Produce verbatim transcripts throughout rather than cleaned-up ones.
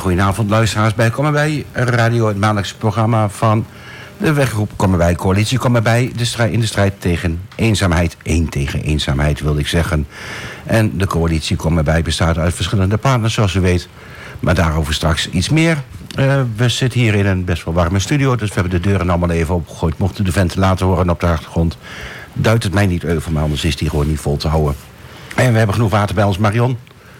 goedenavond luisteraars bij Kom erbij Radio, het maandelijkse programma van de weggroep Kom erbij Coalitie. Kom erbij de strijd, in de strijd tegen eenzaamheid. Eén tegen eenzaamheid wilde ik zeggen. En de coalitie Kom erbij bestaat uit verschillende partners zoals u weet. Maar daarover straks iets meer. Uh, we zitten hier in een best wel warme studio, dus we hebben de deuren allemaal even opgegooid. Mochten de ventilator horen op de achtergrond, duidt het mij niet over, maar anders is die gewoon niet vol te houden. En we hebben genoeg water bij ons, Marion.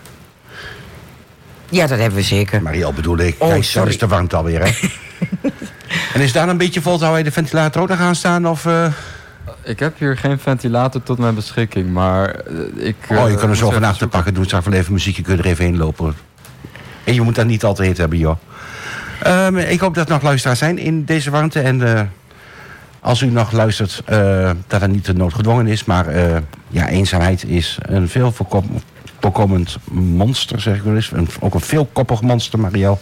Ja, dat hebben we zeker. Mariel bedoel ik. Oh, Kijk, sorry. dat is te warmte alweer, hè? En is daar een beetje vol te houden, de ventilator ook nog aan staan? Of, uh... Ik heb hier geen ventilator tot mijn beschikking, maar uh, ik... Uh, oh, je kan er zo van achter pakken. Doe straks wel even muziekje, kun je er even heen lopen. En je moet daar niet altijd hebben, joh. Um, ik hoop dat er nog luisteraars zijn in deze warmte. En uh, als u nog luistert, uh, dat het niet te noodgedwongen is. Maar uh, ja, eenzaamheid is een veel voorkom- voorkomend monster, zeg ik wel eens. Een, ook een veelkoppig monster, Mariel.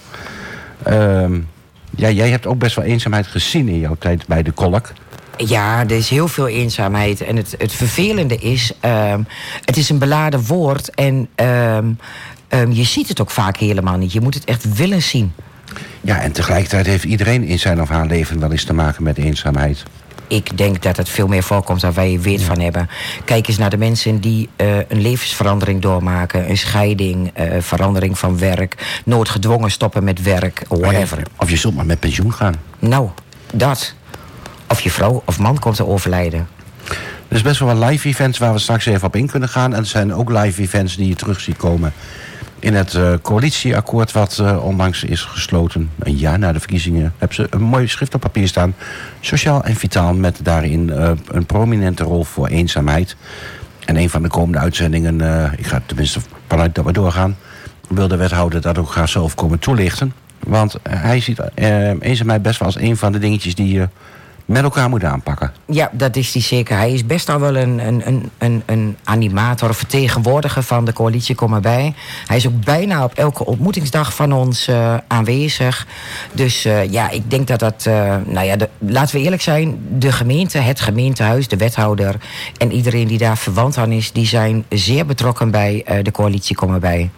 Um, ja, jij hebt ook best wel eenzaamheid gezien in jouw tijd bij de kolk. Ja, er is heel veel eenzaamheid. En het, het vervelende is, um, het is een beladen woord. En um, um, je ziet het ook vaak helemaal niet. Je moet het echt willen zien. Ja, en tegelijkertijd heeft iedereen in zijn of haar leven wel eens te maken met eenzaamheid. Ik denk dat het veel meer voorkomt dan wij weet van hebben. Kijk eens naar de mensen die uh, een levensverandering doormaken. Een scheiding, uh, verandering van werk. Noodgedwongen stoppen met werk, whatever. Ja, of je zult maar met pensioen gaan. Nou, dat. Of je vrouw of man komt te overlijden. Er is best wel wat live events waar we straks even op in kunnen gaan. En er zijn ook live events die je terug ziet komen in het uh, coalitieakkoord wat uh, onlangs is gesloten. Een jaar na de verkiezingen hebben ze een mooi schrift op papier staan. Sociaal en vitaal, met daarin uh, een prominente rol voor eenzaamheid. En een van de komende uitzendingen, uh, ik ga tenminste vanuit dat we doorgaan, wil de wethouder dat ook graag zelf komen toelichten. Want uh, hij ziet uh, eenzaamheid best wel als een van de dingetjes die je uh, met elkaar moet aanpakken. Ja, dat is hij zeker. Hij is best al wel een, een, een, een animator, vertegenwoordiger van de coalitie Kom erbij. Hij is ook bijna op elke ontmoetingsdag van ons uh, aanwezig. Dus uh, ja, ik denk dat dat... Uh, nou ja, de, laten we eerlijk zijn, de gemeente, het gemeentehuis, de wethouder en iedereen die daar verwant aan is, die zijn zeer betrokken bij uh, de coalitie Kom erbij.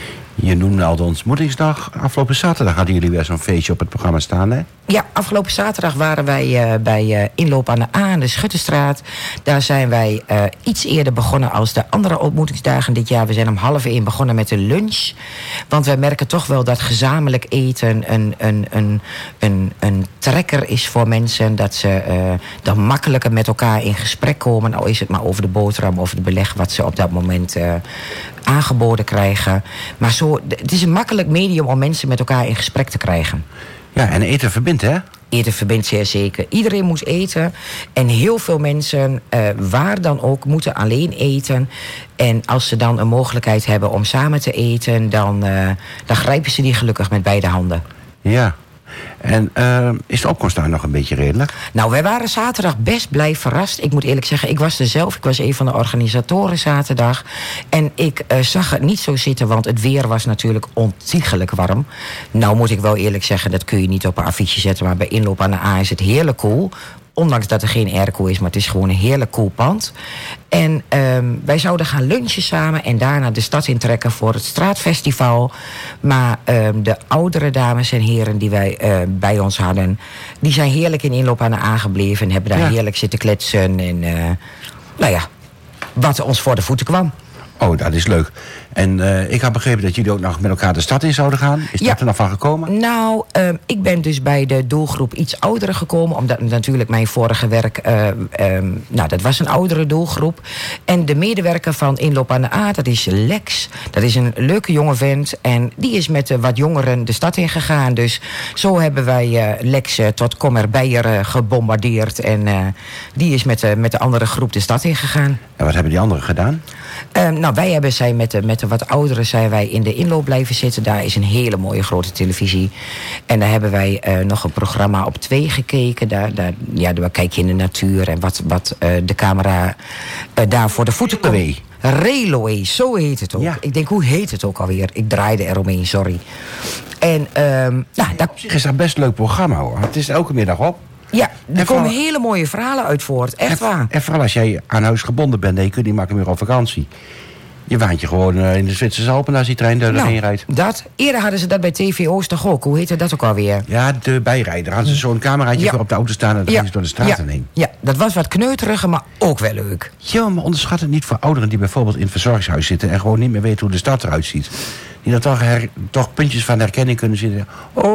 Je noemde al de ontmoetingsdag. Afgelopen zaterdag hadden jullie weer zo'n feestje op het programma staan, hè? Ja, afgelopen zaterdag waren wij uh, bij uh, inloop aan de A aan de Schutterstraat. Daar zijn wij uh, iets eerder begonnen als de andere ontmoetingsdagen dit jaar. We zijn om half één begonnen met een lunch. Want wij merken toch wel dat gezamenlijk eten een, een, een, een, een trekker is voor mensen. Dat ze uh, dan makkelijker met elkaar in gesprek komen. Al is het maar over de boterham of het beleg wat ze op dat moment uh, aangeboden krijgen. Maar zo, het is een makkelijk medium om mensen met elkaar in gesprek te krijgen. Ja, en eten verbindt, hè? Eten verbindt zeer zeker. Iedereen moet eten. En heel veel mensen, uh, waar dan ook, moeten alleen eten. En als ze dan een mogelijkheid hebben om samen te eten, dan, uh, dan grijpen ze die gelukkig met beide handen. Ja. En uh, is de opkomst daar nog een beetje redelijk? Nou, wij waren zaterdag best blij verrast. Ik moet eerlijk zeggen, ik was er zelf. Ik was een van de organisatoren zaterdag. En ik uh, zag het niet zo zitten, want het weer was natuurlijk ontiegelijk warm. Nou moet ik wel eerlijk zeggen, dat kun je niet op een affiche zetten, maar bij inloop aan de A is het heerlijk koel. Ondanks dat er geen airco is, maar het is gewoon een heerlijk koel pand. En um, wij zouden gaan lunchen samen en daarna de stad intrekken voor het straatfestival. Maar um, de oudere dames en heren die wij uh, bij ons hadden, die zijn heerlijk in inloop aan de A gebleven en hebben daar ja. heerlijk zitten kletsen. En uh, nou ja, wat ons voor de voeten kwam. Oh, dat is leuk. En uh, ik had begrepen dat jullie ook nog met elkaar de stad in zouden gaan. Is ja. dat er nog van gekomen? Nou, uh, ik ben dus bij de doelgroep iets ouderen gekomen. Omdat natuurlijk mijn vorige werk, uh, um, nou, dat was een oudere doelgroep. En de medewerker van Inloop aan de A, dat is Lex. Dat is een leuke jonge vent. En die is met uh, wat jongeren de stad in gegaan. Dus zo hebben wij uh, Lex uh, tot Kom erbij uh, gebombardeerd. En uh, die is met, uh, met de andere groep de stad in gegaan. En wat hebben die anderen gedaan? Uh, nou, wij hebben zij met de, met de wat ouderen zijn wij in de inloop blijven zitten. Daar is een hele mooie grote televisie. En daar hebben wij uh, nog een programma op twee gekeken. Daar, daar, ja, daar kijk je in de natuur en wat, wat uh, de camera uh, daar voor de voeten komt. Reloé, zo heet het ook. Ja. Ik denk, hoe heet het ook alweer? Ik draaide eromheen, sorry. En, um, nou, dat... Op zich is dat best een leuk programma, hoor. Het is elke middag op. Ja, er en komen vooral, hele mooie verhalen uit voort. Echt en, waar. En vooral als jij aan huis gebonden bent en je kunt niet makkelijk meer op vakantie. Je waant je gewoon uh, in de Zwitserse Alpen als die trein er Nou, doorheen rijdt. dat. Eerder hadden ze dat bij T V O's toch ook. Hoe heette dat ook alweer? Ja, de bijrijder. Hadden ze zo'n cameraatje Ja. voor op de auto staan en dan gingen ze door de straten ja. heen. Ja, dat was wat kneuteriger, maar ook wel leuk. Ja, maar onderschat het niet voor ouderen die bijvoorbeeld in het verzorgingshuis zitten en gewoon niet meer weten hoe de stad eruit ziet. Die dan toch, her, toch puntjes van herkenning kunnen zien.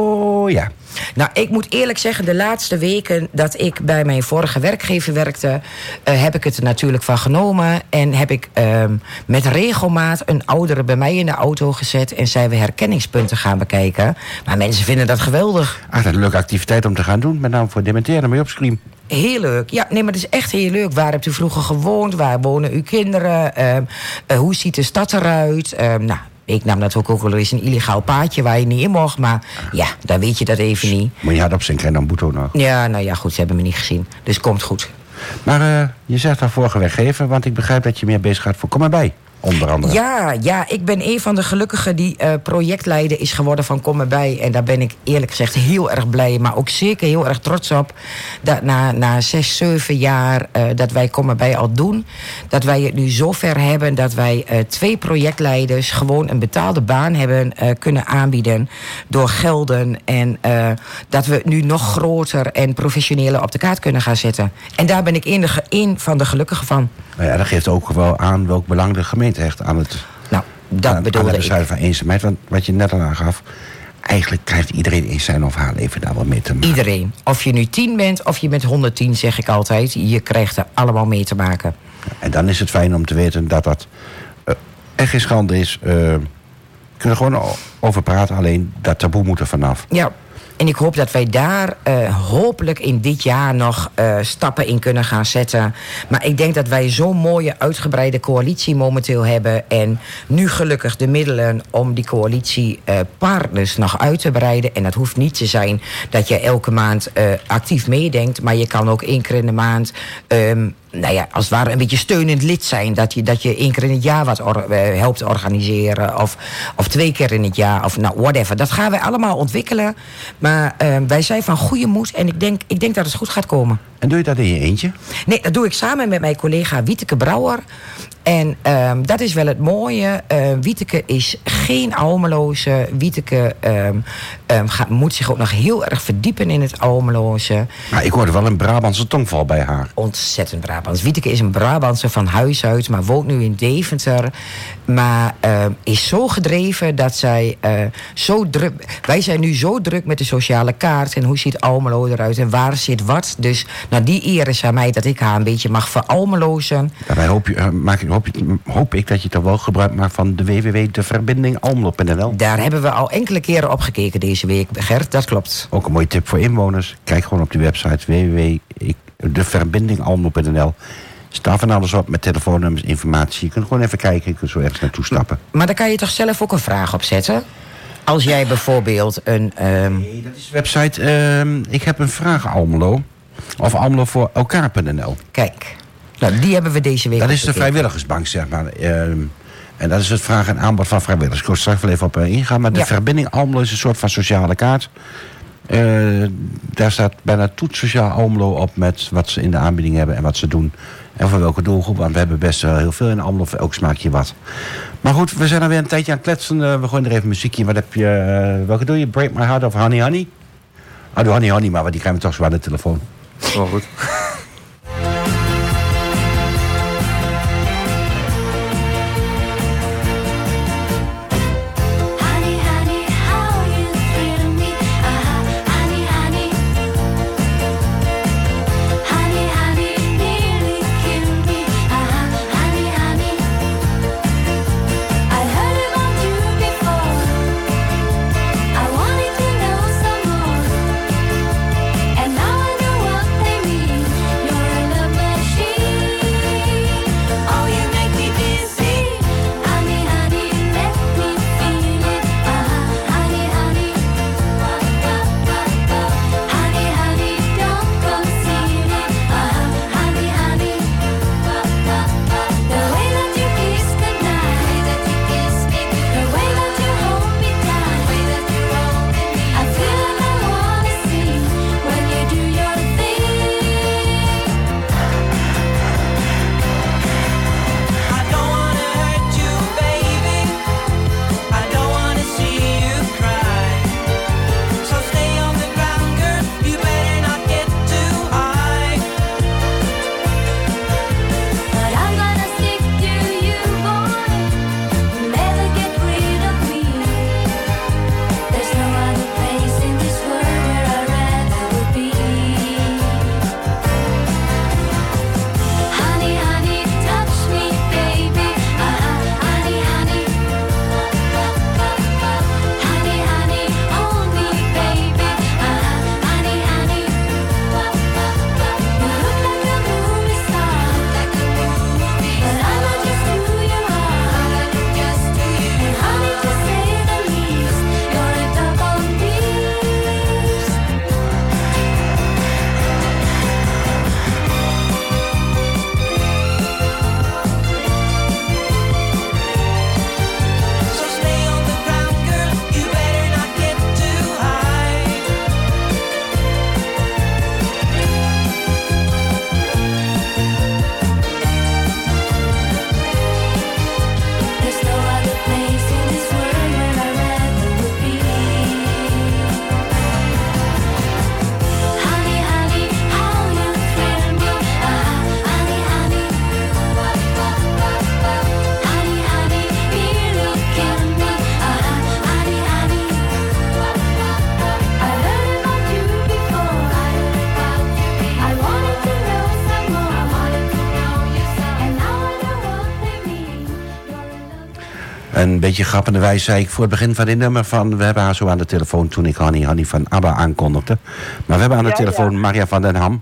Oh ja. Nou, ik moet eerlijk zeggen, de laatste weken dat ik bij mijn vorige werkgever werkte, uh, heb ik het er natuurlijk van genomen. En heb ik uh, met regelmaat een oudere bij mij in de auto gezet en zijn we herkenningspunten gaan bekijken. Maar mensen vinden dat geweldig. Ach, dat is een leuke activiteit om te gaan doen. Met name voor dementeerden, maar je opscream. Heel leuk. Ja, nee, maar het is echt heel leuk. Waar hebt u vroeger gewoond? Waar wonen uw kinderen? Uh, uh, hoe ziet de stad eruit? Uh, nou, ik nam natuurlijk ook wel eens een illegaal paadje waar je niet in mocht. Maar ja, dan weet je dat even niet. Moet je hard op zijn, krijg je dan boete ook nog. Ja, nou ja, goed, ze hebben me niet gezien. Dus komt goed. Maar uh, je zegt daar vorige werkgever, want ik begrijp dat je meer bezig gaat voor Kom erbij. Onder andere. Ja, ja, ik ben een van de gelukkigen die uh, projectleider is geworden van Kom erbij. En daar ben ik eerlijk gezegd heel erg blij, maar ook zeker heel erg trots op. Dat na, na zes, zeven jaar uh, dat wij Kom erbij al doen, dat wij het nu zover hebben dat wij uh, twee projectleiders gewoon een betaalde baan hebben uh, kunnen aanbieden door gelden. En uh, dat we het nu nog groter en professioneler op de kaart kunnen gaan zetten. En daar ben ik een, de, een van de gelukkigen van. Nou ja, dat geeft ook wel aan welk belang de gemeente hecht aan het, nou, dat aan, bedoelde aan het bestrijden ik. van eenzaamheid. Want wat je net al aangaf, eigenlijk krijgt iedereen in zijn of haar leven daar wel mee te maken. Iedereen. Of je nu tien bent of je bent honderdtien, zeg ik altijd. Je krijgt er allemaal mee te maken. En dan is het fijn om te weten dat dat uh, echt geen schande is. Uh, we kunnen er gewoon over praten, alleen dat taboe moet er vanaf. Ja. En ik hoop dat wij daar uh, hopelijk in dit jaar nog uh, stappen in kunnen gaan zetten. Maar ik denk dat wij zo'n mooie uitgebreide coalitie momenteel hebben. En nu gelukkig de middelen om die coalitiepartners uh, nog uit te breiden. En dat hoeft niet te zijn dat je elke maand uh, actief meedenkt. Maar je kan ook één keer in de maand Um, nou ja, als het ware een beetje steunend lid zijn. Dat je, dat je één keer in het jaar wat or, uh, helpt organiseren. Of, of twee keer in het jaar. Of nou, whatever. Dat gaan wij allemaal ontwikkelen. Maar uh, wij zijn van goede moed. En ik denk, ik denk dat het goed gaat komen. En doe je dat in je eentje? Nee, dat doe ik samen met mijn collega Wieteke Brouwer. En um, dat is wel het mooie. Uh, Wieteke is geen Almeloze. Wieteke um, um, gaat, moet zich ook nog heel erg verdiepen in het Almeloze. Maar ik hoorde wel een Brabantse tongval bij haar. Ontzettend Brabants. Wieteke is een Brabantse van huis uit, maar woont nu in Deventer. Maar uh, is zo gedreven dat zij uh, zo druk... Wij zijn nu zo druk met de sociale kaart. En hoe ziet Almelo eruit en waar zit wat. Dus nou, die eer is aan mij dat ik haar een beetje mag veralmelozen. Daarbij hoop, je, uh, maak, hoop, je, hoop ik dat je toch wel gebruik maakt van de w w w de verbinding almelo punt n l. Daar hebben we al enkele keren op gekeken deze week, Gert. Dat klopt. Ook een mooie tip voor inwoners. Kijk gewoon op die website w w w punt de verbinding almelo punt n l. Staat van alles op met telefoonnummers, informatie. Je kunt gewoon even kijken, je kunt zo ergens naartoe stappen. Maar daar kan je toch zelf ook een vraag op zetten? Als jij bijvoorbeeld een... Um... Nee, dat is de website. Uh, ik heb een vraag Almelo. Of almelo voor elkaar punt n l. Kijk, nou, die hebben we deze week Dat is de gekeken. vrijwilligersbank, zeg maar. Uh, en dat is het vraag en aanbod van vrijwilligers. Ik wil straks wel even op uh, ingaan. Maar de Ja. verbinding Almelo is een soort van sociale kaart. Uh, daar staat bijna Toet Sociaal Almelo op met wat ze in de aanbieding hebben en wat ze doen. En voor welke doelgroep, want we hebben best wel heel veel in Almelo, voor elk smaakje wat. Maar goed, we zijn alweer een tijdje aan het kletsen. Uh, we gooien er even muziekje. Wat heb je, uh, welke doe je? Break My Heart of Honey Honey? Ah, doe Honey Honey, maar want die krijgen we toch zo aan de telefoon. Wel goed. Honey, honey, how you thrill me? Uh-huh, honey, honey. Honey, honey, nearly kill me. Uh-huh, honey, honey. I heard about you before. I wanted to know some more. And now I know what they mean. Een beetje grappenderwijs zei ik voor het begin van dit nummer van... we hebben haar zo aan de telefoon toen ik Hanny Hanny van ABBA aankondigde. Maar we hebben aan de Ja, telefoon ja. Maria van den Ham.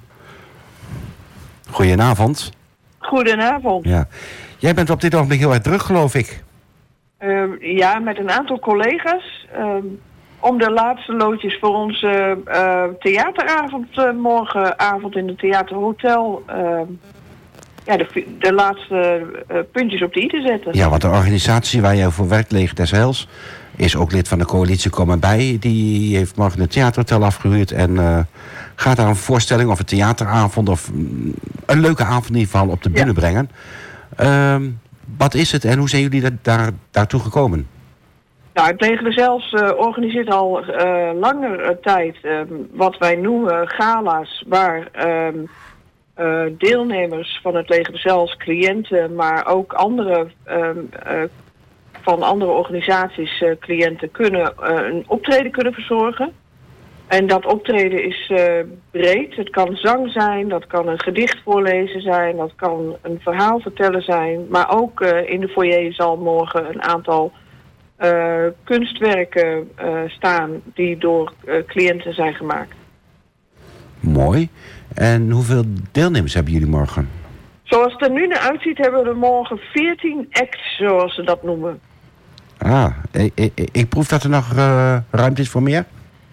Goedenavond. Goedenavond. Ja. Jij bent op dit ogenblik heel erg druk, geloof ik. Uh, ja, met een aantal collega's. Uh, om de laatste loodjes voor onze uh, theateravond uh, morgenavond in het Theaterhotel... Uh, ja, de, de laatste uh, puntjes op de i te zetten. Ja, want de organisatie waar jij voor werkt, Leger des Heils... is ook lid van de coalitie Kom Bij. Die heeft morgen het Theaterhotel afgehuurd... en uh, gaat daar een voorstelling of een theateravond... of mm, een leuke avond in ieder geval op de bühne Ja. brengen. Uh, wat is het en hoe zijn jullie da- daar, daartoe gekomen? Nou, het Leger des Heils uh, organiseert al uh, langer uh, tijd uh, wat wij noemen gala's... waar uh, uh, deelnemers van het Leger des Heils, cliënten... maar ook andere... Uh, uh, van andere organisaties, uh, cliënten, kunnen uh, een optreden kunnen verzorgen. En dat optreden is uh, breed. Het kan zang zijn, dat kan een gedicht voorlezen zijn, dat kan een verhaal vertellen zijn. Maar ook uh, in de foyer zal morgen een aantal uh, kunstwerken uh, staan die door uh, cliënten zijn gemaakt. Mooi. En hoeveel deelnemers hebben jullie morgen? Zoals het er nu naar uitziet hebben we er morgen veertien acts, zoals ze dat noemen. Ah, ik, ik, ik proef dat er nog uh, ruimte is voor meer?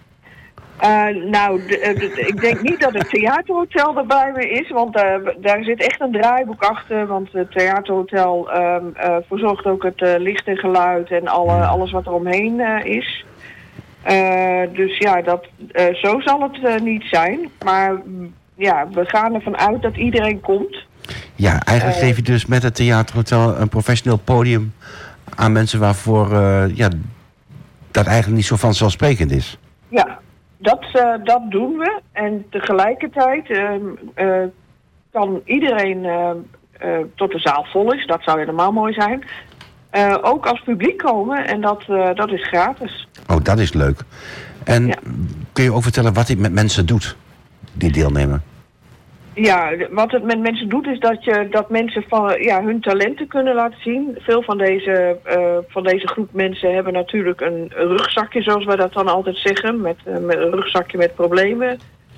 Uh, nou, de, de, ik denk niet dat het Theaterhotel erbij meer is, want uh, daar zit echt een draaiboek achter. Want het Theaterhotel um, uh, verzorgt ook het uh, licht en geluid en alle, alles wat er omheen uh, is. Uh, dus ja, dat, uh, zo zal het uh, niet zijn. Maar ja, we gaan ervan uit dat iedereen komt. Ja, eigenlijk Uh, geef je dus met het Theaterhotel een professioneel podium aan mensen waarvoor uh, ja, dat eigenlijk niet zo vanzelfsprekend is. Ja, dat, uh, dat doen we. En tegelijkertijd uh, uh, kan iedereen uh, uh, tot de zaal vol is. Dat zou helemaal mooi zijn. Uh, ook als publiek komen en dat, uh, dat is gratis. Oh, dat is leuk. En Ja. kun je ook vertellen wat dit met mensen doet, die deelnemen? Ja, wat het met mensen doet is dat, je, dat mensen van, ja, hun talenten kunnen laten zien. Veel van deze, uh, van deze groep mensen hebben natuurlijk een rugzakje, zoals wij dat dan altijd zeggen. Met, uh, met een rugzakje met problemen.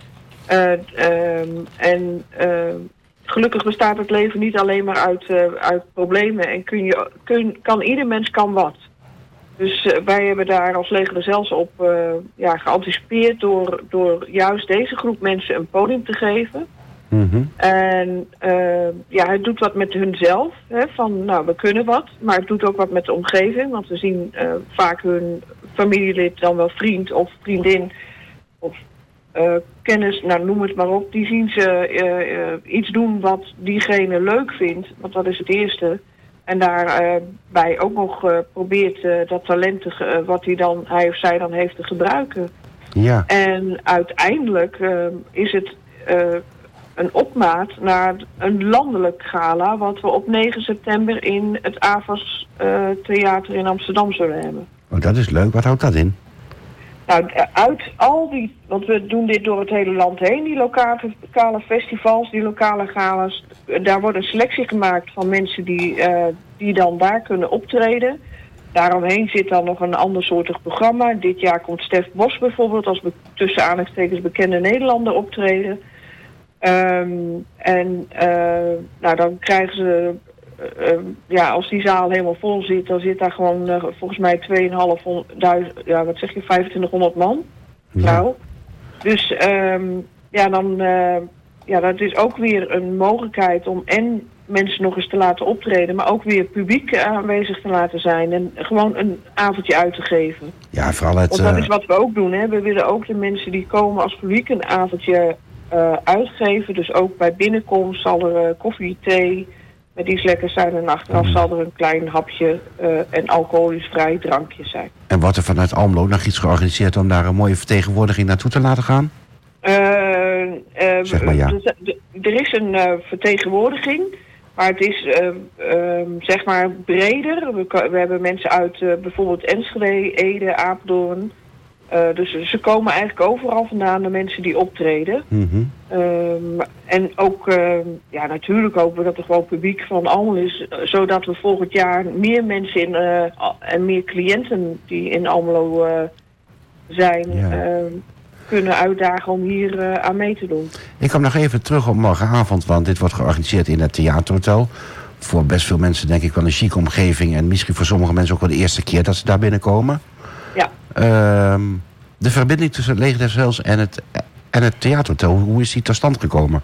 Uh, um, en uh, gelukkig bestaat het leven niet alleen maar uit, uh, uit problemen. En kun je, kun, kan, ieder mens kan wat. Dus uh, wij hebben daar als Leger des Heils op uh, ja, geanticipeerd door, door juist deze groep mensen een podium te geven. Mm-hmm. En uh, ja, het doet wat met hunzelf. Hè, van, nou, we kunnen wat. Maar het doet ook wat met de omgeving. Want we zien uh, vaak hun familielid, dan wel vriend of vriendin... of uh, kennis, nou, noem het maar op. Die zien ze uh, uh, iets doen wat diegene leuk vindt. Want dat is het eerste. En daarbij uh, ook nog uh, probeert uh, dat talent, te, uh, wat hij, dan, hij of zij dan heeft, te gebruiken. Ja. En uiteindelijk uh, is het... Uh, een opmaat naar een landelijk gala... wat we op negen september in het A V A S uh, Theater in Amsterdam zullen hebben. Oh, dat is leuk. Wat houdt dat in? Nou, uit al die... want we doen dit door het hele land heen, die lokale, lokale festivals, die lokale galas. Daar wordt een selectie gemaakt van mensen die, uh, die dan daar kunnen optreden. Daaromheen zit dan nog een ander soortig programma. Dit jaar komt Stef Bos bijvoorbeeld als be- tussen aanhalingstekens bekende Nederlander optreden... Um, en uh, nou, dan krijgen ze, uh, uh, ja, als die zaal helemaal vol zit, dan zit daar gewoon uh, volgens mij tweeënhalfduizend, ja, wat zeg je, vijfentwintighonderd man. Ja. Nou, dus um, ja, dan, uh, ja, dat is ook weer een mogelijkheid om en mensen nog eens te laten optreden, maar ook weer publiek aanwezig te laten zijn en gewoon een avondje uit te geven. Ja, vooral het... Want dat uh, is wat we ook doen, hè. We willen ook de mensen die komen als publiek een avondje Uh, uitgeven. Dus ook bij binnenkomst zal er uh, koffie, thee met iets lekkers zijn. En achteraf zal er een klein hapje uh, en alcoholisch vrij drankje zijn. En wordt er vanuit Almelo nog iets georganiseerd om daar een mooie vertegenwoordiging naartoe te laten gaan? Uh, uh, Zeg maar ja. d- d- er is een uh, vertegenwoordiging, maar het is uh, uh, zeg maar breder. We, we hebben mensen uit uh, bijvoorbeeld Enschede, Ede, Apeldoorn. Uh, dus ze komen eigenlijk overal vandaan, de mensen die optreden. Mm-hmm. Um, en ook, uh, ja, natuurlijk hopen we dat er gewoon publiek van Almelo is, uh, zodat we volgend jaar meer mensen in, uh, en meer cliënten die in Almelo uh, zijn, Ja. uh, kunnen uitdagen om hier uh, aan mee te doen. Ik kom nog even terug op morgenavond, want dit wordt georganiseerd in het Theaterhotel. Voor best veel mensen denk ik wel een chique omgeving en misschien voor sommige mensen ook wel de eerste keer dat ze daar binnenkomen. Ja. Uh, de verbinding tussen het Leger des Heils en het, en het Theaterhotel, hoe is die tot stand gekomen?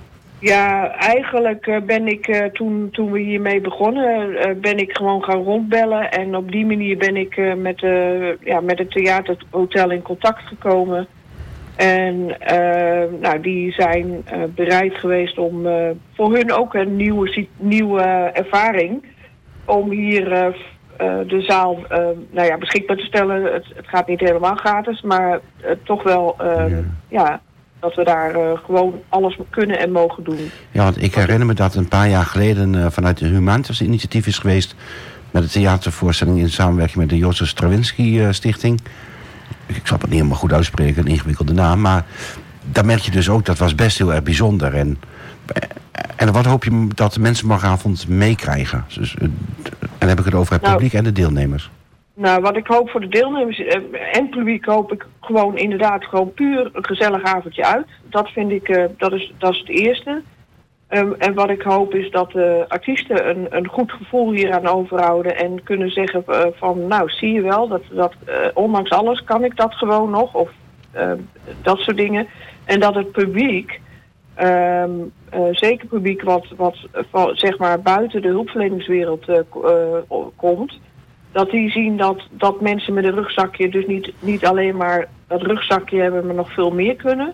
Ja, eigenlijk uh, ben ik uh, toen, toen we hiermee begonnen, uh, ben ik gewoon gaan rondbellen. En op die manier ben ik uh, met, uh, ja, met het Theaterhotel in contact gekomen. En uh, nou, die zijn uh, bereid geweest om uh, voor hun ook een nieuwe, nieuwe ervaring. Om hier uh, uh, de zaal uh, nou ja, beschikbaar te stellen. Het, het gaat niet helemaal gratis, maar uh, toch wel uh, ja. ja, dat we daar uh, gewoon alles kunnen en mogen doen. Ja, want ik herinner me dat een paar jaar geleden uh, vanuit de Humanitas initiatief is geweest met de theatervoorstelling in samenwerking met de Jozef Stravinsky uh, Stichting. Ik zal het niet helemaal goed uitspreken, een ingewikkelde naam. Maar daar merk je dus ook, dat was best heel erg bijzonder. En, en wat hoop je dat de mensen morgenavond meekrijgen? Dus, en dan heb ik het over het nou, publiek en de deelnemers. Nou, wat ik hoop voor de deelnemers en het publiek hoop ik gewoon inderdaad gewoon puur een gezellig avondje uit. Dat vind ik, uh, dat is, dat is het eerste. Um, en wat ik hoop is dat de artiesten een, een goed gevoel hieraan overhouden en kunnen zeggen uh, van nou zie je wel, dat, dat uh, ondanks alles kan ik dat gewoon nog of uh, dat soort dingen. En dat het publiek, um, uh, zeker publiek wat, wat uh, zeg maar buiten de hulpverleningswereld uh, uh, komt, dat die zien dat, dat mensen met een rugzakje dus niet, niet alleen maar dat rugzakje hebben, maar nog veel meer kunnen.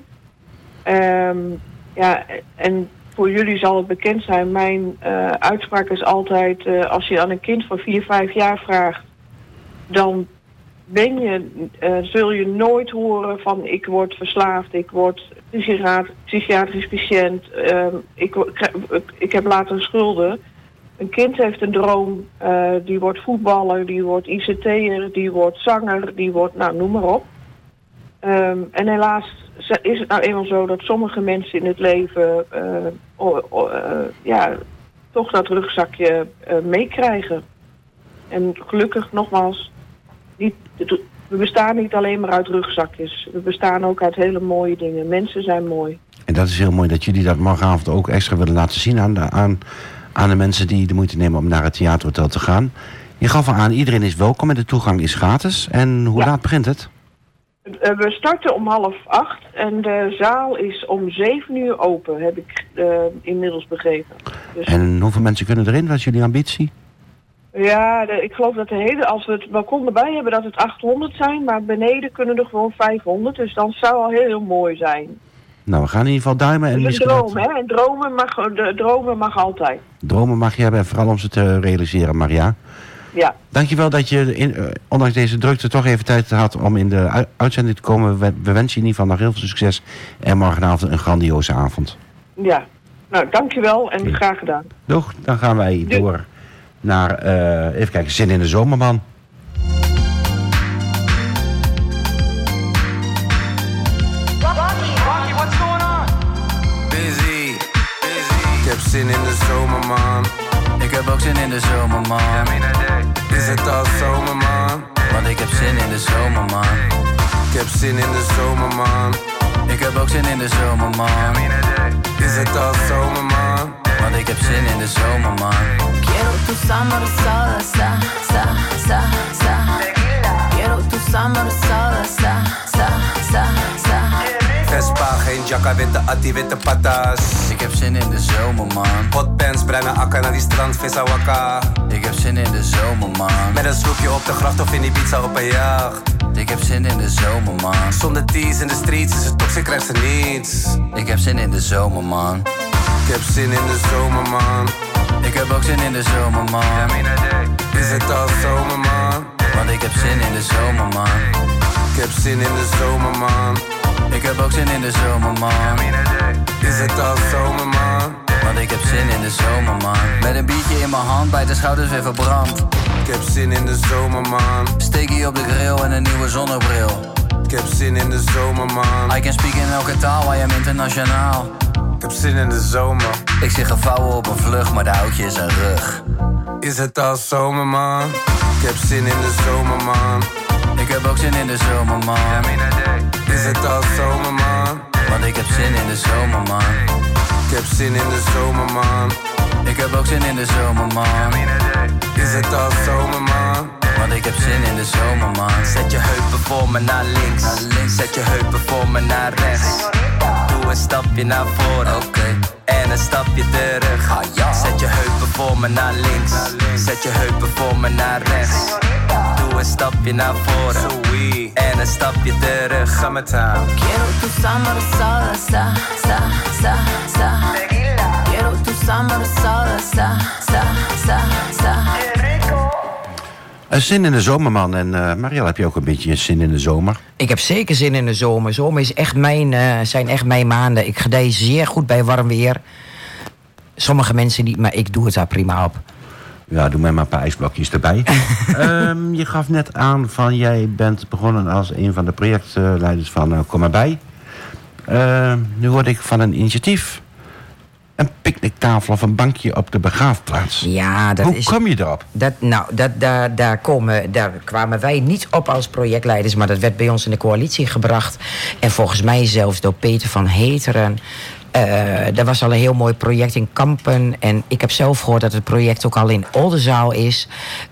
Um, ja, en voor jullie zal het bekend zijn, mijn uh, uitspraak is altijd, uh, als je aan een kind van vier, vijf jaar vraagt, dan ben je, uh, zul je nooit horen van ik word verslaafd, ik word psychiatrisch patiënt, uh, ik, ik, ik heb later schulden. Een kind heeft een droom, uh, die wordt voetballer, die wordt I C T'er, die wordt zanger, die wordt, nou noem maar op. Um, en helaas is het nou eenmaal zo dat sommige mensen in het leven uh, uh, uh, ja, toch dat rugzakje uh, meekrijgen. En gelukkig, nogmaals, niet, we bestaan niet alleen maar uit rugzakjes. We bestaan ook uit hele mooie dingen. Mensen zijn mooi. En dat is heel mooi dat jullie dat morgenavond ook extra willen laten zien aan de, aan, aan de mensen die de moeite nemen om naar het Theaterhotel te gaan. Je gaf al aan, iedereen is welkom en de toegang is gratis. En hoe ja. laat begint het? We starten om half acht en de zaal is om zeven uur open, heb ik uh, inmiddels begrepen. Dus en hoeveel mensen kunnen erin? Wat is jullie ambitie? Ja, de, ik geloof dat de hele, als we het balkon erbij hebben, dat het achthonderd zijn, maar beneden kunnen er gewoon vijfhonderd, dus dan zou al heel, heel mooi zijn. Nou, we gaan in ieder geval duimen. En dus een droom, dat... hè? En dromen mag, de, dromen mag altijd. Dromen mag je hebben, en vooral om ze te realiseren, Maria. Ja. Dankjewel dat je, in, uh, ondanks deze drukte, toch even tijd had om in de u- uitzending te komen. We, we wensen je in ieder geval nog heel veel succes. En morgenavond een grandioze avond. Ja, nou dankjewel en ja. graag gedaan. Doeg, dan gaan wij Doei. door naar, uh, even kijken, Zin in de Zomerman. Rocky, what's going on? Busy, busy. Ik heb zin in de zomer, man. Ik heb ook zin in de zomer, man. Is het al zomer, man? Want ik heb zin in de zomer, man. Ik heb zin in de zomer, man. Ik heb ook zin in de zomer, man. Is het al zomer, man? Want ik heb zin in de zomer, man. Quiero tu summer soda, sa, sa, sa, sa. Quiero tu summer soda, sa, sa, sa, sa. Vespa, geen jacka, witte atti, witte patas. Ik heb zin in de zomer, man. Hotpants, bruine akka naar die strand, vissa wakka. Ik heb zin in de zomer, man. Met een sloepje op de gracht of in die pizza op een jacht. Ik heb zin in de zomer, man. Zonder tees in de streets is het toxic, krijgt ze niets. Ik heb zin in de zomer, man. Ik heb zin in de zomer, man. Ik heb ook zin in de zomer, man. Is het al zomer, man? Want ik heb zin in de zomer, man. Ik heb zin in de zomer, man. Ik heb ook zin in de zomer, man. Is het al zomer, man? Want ik heb zin in de zomer, man. Met een biertje in mijn hand, bij de schouders weer verbrand. Ik heb zin in de zomer, man. Steekie op de grill en een nieuwe zonnebril. Ik heb zin in de zomer, man. I can speak in elke taal, I am internationaal. Ik heb zin in de zomer. Ik zie gevouwen op een vlucht, maar de houtje is een rug. Is het al zomer, man? Ik heb zin in de zomer, man. Ik heb ook zin in de zomer, man. Is het al zomer, man? Want ik heb zin in de zomer, man. Ik heb zin in de zomer, man. Ik heb ook zin in de zomer, man. Is het al zomer, man? Want ik heb zin in de zomer, man. Zet je heupen voor me naar links, Naar links. Zet je heupen voor me naar rechts. Doe een stapje naar voren, Oké. en een stapje terug. Ah, ja. Zet je heupen voor me naar links, Naar links. Zet je heupen voor me naar rechts. Doe een stapje naar voren, Zoei. en een stapje terug. Ga met haar. Quiero tu summer salsa, sa, sa, sa. Quiero tu summer salsa, sa, sa, sa. Uh, zin in de zomer, man. En uh, Marielle, heb je ook een beetje zin in de zomer? Ik heb zeker zin in de zomer. Zomer is echt mijn, uh, zijn echt mijn maanden. Ik gedij zeer goed bij warm weer. Sommige mensen niet, maar ik doe het daar prima op. Ja, doe mij maar een paar ijsblokjes erbij. um, je gaf net aan van jij bent begonnen als een van de projectleiders van uh, Kom erbij. Uh, nu hoorde ik van een initiatief. Een picknicktafel of een bankje op de begraafplaats. Ja, dat Hoe is... kom je erop? Dat, nou, dat, daar, daar, komen, daar kwamen wij niet op als projectleiders, maar dat werd bij ons in de coalitie gebracht. En volgens mij zelfs door Peter van Heteren. Uh, er was al een heel mooi project in Kampen. En ik heb zelf gehoord dat het project ook al in Oldenzaal is.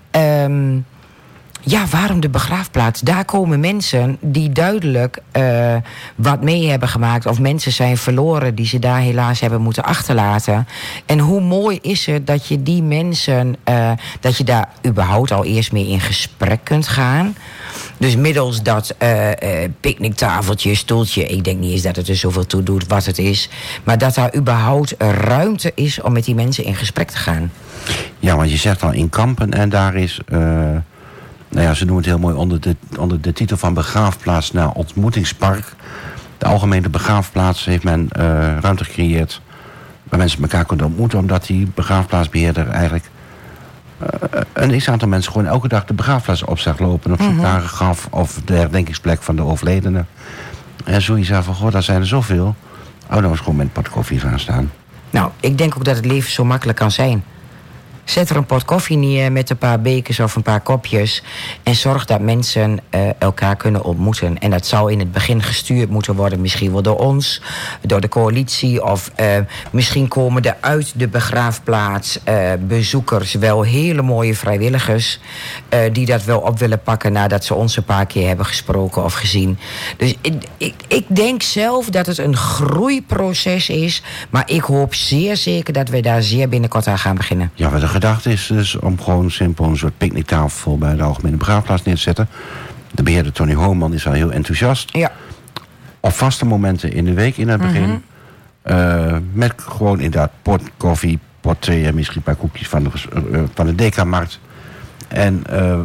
Um, Ja, waarom de begraafplaats? Daar komen mensen die duidelijk uh, wat mee hebben gemaakt, of mensen zijn verloren die ze daar helaas hebben moeten achterlaten. En hoe mooi is het dat je die mensen, uh, dat je daar überhaupt al eerst mee in gesprek kunt gaan. Dus middels dat uh, uh, picknicktafeltje, stoeltje, ik denk niet eens dat het er zoveel toe doet wat het is, maar dat daar überhaupt ruimte is om met die mensen in gesprek te gaan. Ja, want je zegt al in Kampen en daar is... Uh... Nou ja, ze noemen het heel mooi onder de, onder de titel van begraafplaats naar ontmoetingspark. De algemene begraafplaats heeft men uh, ruimte gecreëerd waar mensen elkaar kunnen ontmoeten, omdat die begraafplaatsbeheerder eigenlijk uh, een x-aantal mensen gewoon elke dag de begraafplaats op zag lopen op zoek Mm-hmm. naar een graf of de herdenkingsplek van de overledene. En zo je zei van, goh, daar zijn er zoveel. Oh, dan was gewoon met een pot koffie gaan staan. Nou, ik denk ook dat het leven zo makkelijk kan zijn. Zet er een pot koffie neer met een paar bekers of een paar kopjes. En zorg dat mensen uh, elkaar kunnen ontmoeten. En dat zou in het begin gestuurd moeten worden. Misschien wel door ons, door de coalitie. Of uh, misschien komen er uit de begraafplaats uh, bezoekers wel hele mooie vrijwilligers. Uh, die dat wel op willen pakken nadat ze ons een paar keer hebben gesproken of gezien. Dus ik, ik, ik denk zelf dat het een groeiproces is. Maar ik hoop zeer zeker dat we daar zeer binnenkort aan gaan beginnen. Ja, wat de gedachte is dus om gewoon simpel een soort picknicktafel bij de algemene begraafplaats neer te zetten. De beheerder Tony Homan is al heel enthousiast. Ja. Op vaste momenten in de week in het begin. Mm-hmm. Uh, met gewoon inderdaad pot koffie, pot thee en misschien een paar koekjes van de, uh, van de Deka-markt. En uh,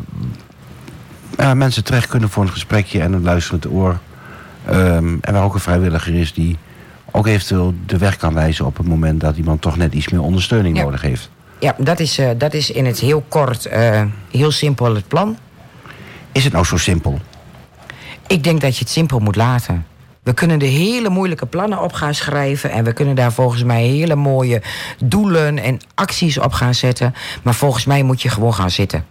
uh, mensen terecht kunnen voor een gesprekje en een luisterend oor. Um, en waar ook een vrijwilliger is die ook eventueel de weg kan wijzen op het moment dat iemand toch net iets meer ondersteuning Ja. nodig heeft. Ja, dat is, uh, dat is in het heel kort, uh, heel simpel het plan. Is het nou zo simpel? Ik denk dat je het simpel moet laten. We kunnen er hele moeilijke plannen op gaan schrijven. En we kunnen daar volgens mij hele mooie doelen en acties op gaan zetten. Maar volgens mij moet je gewoon gaan zitten.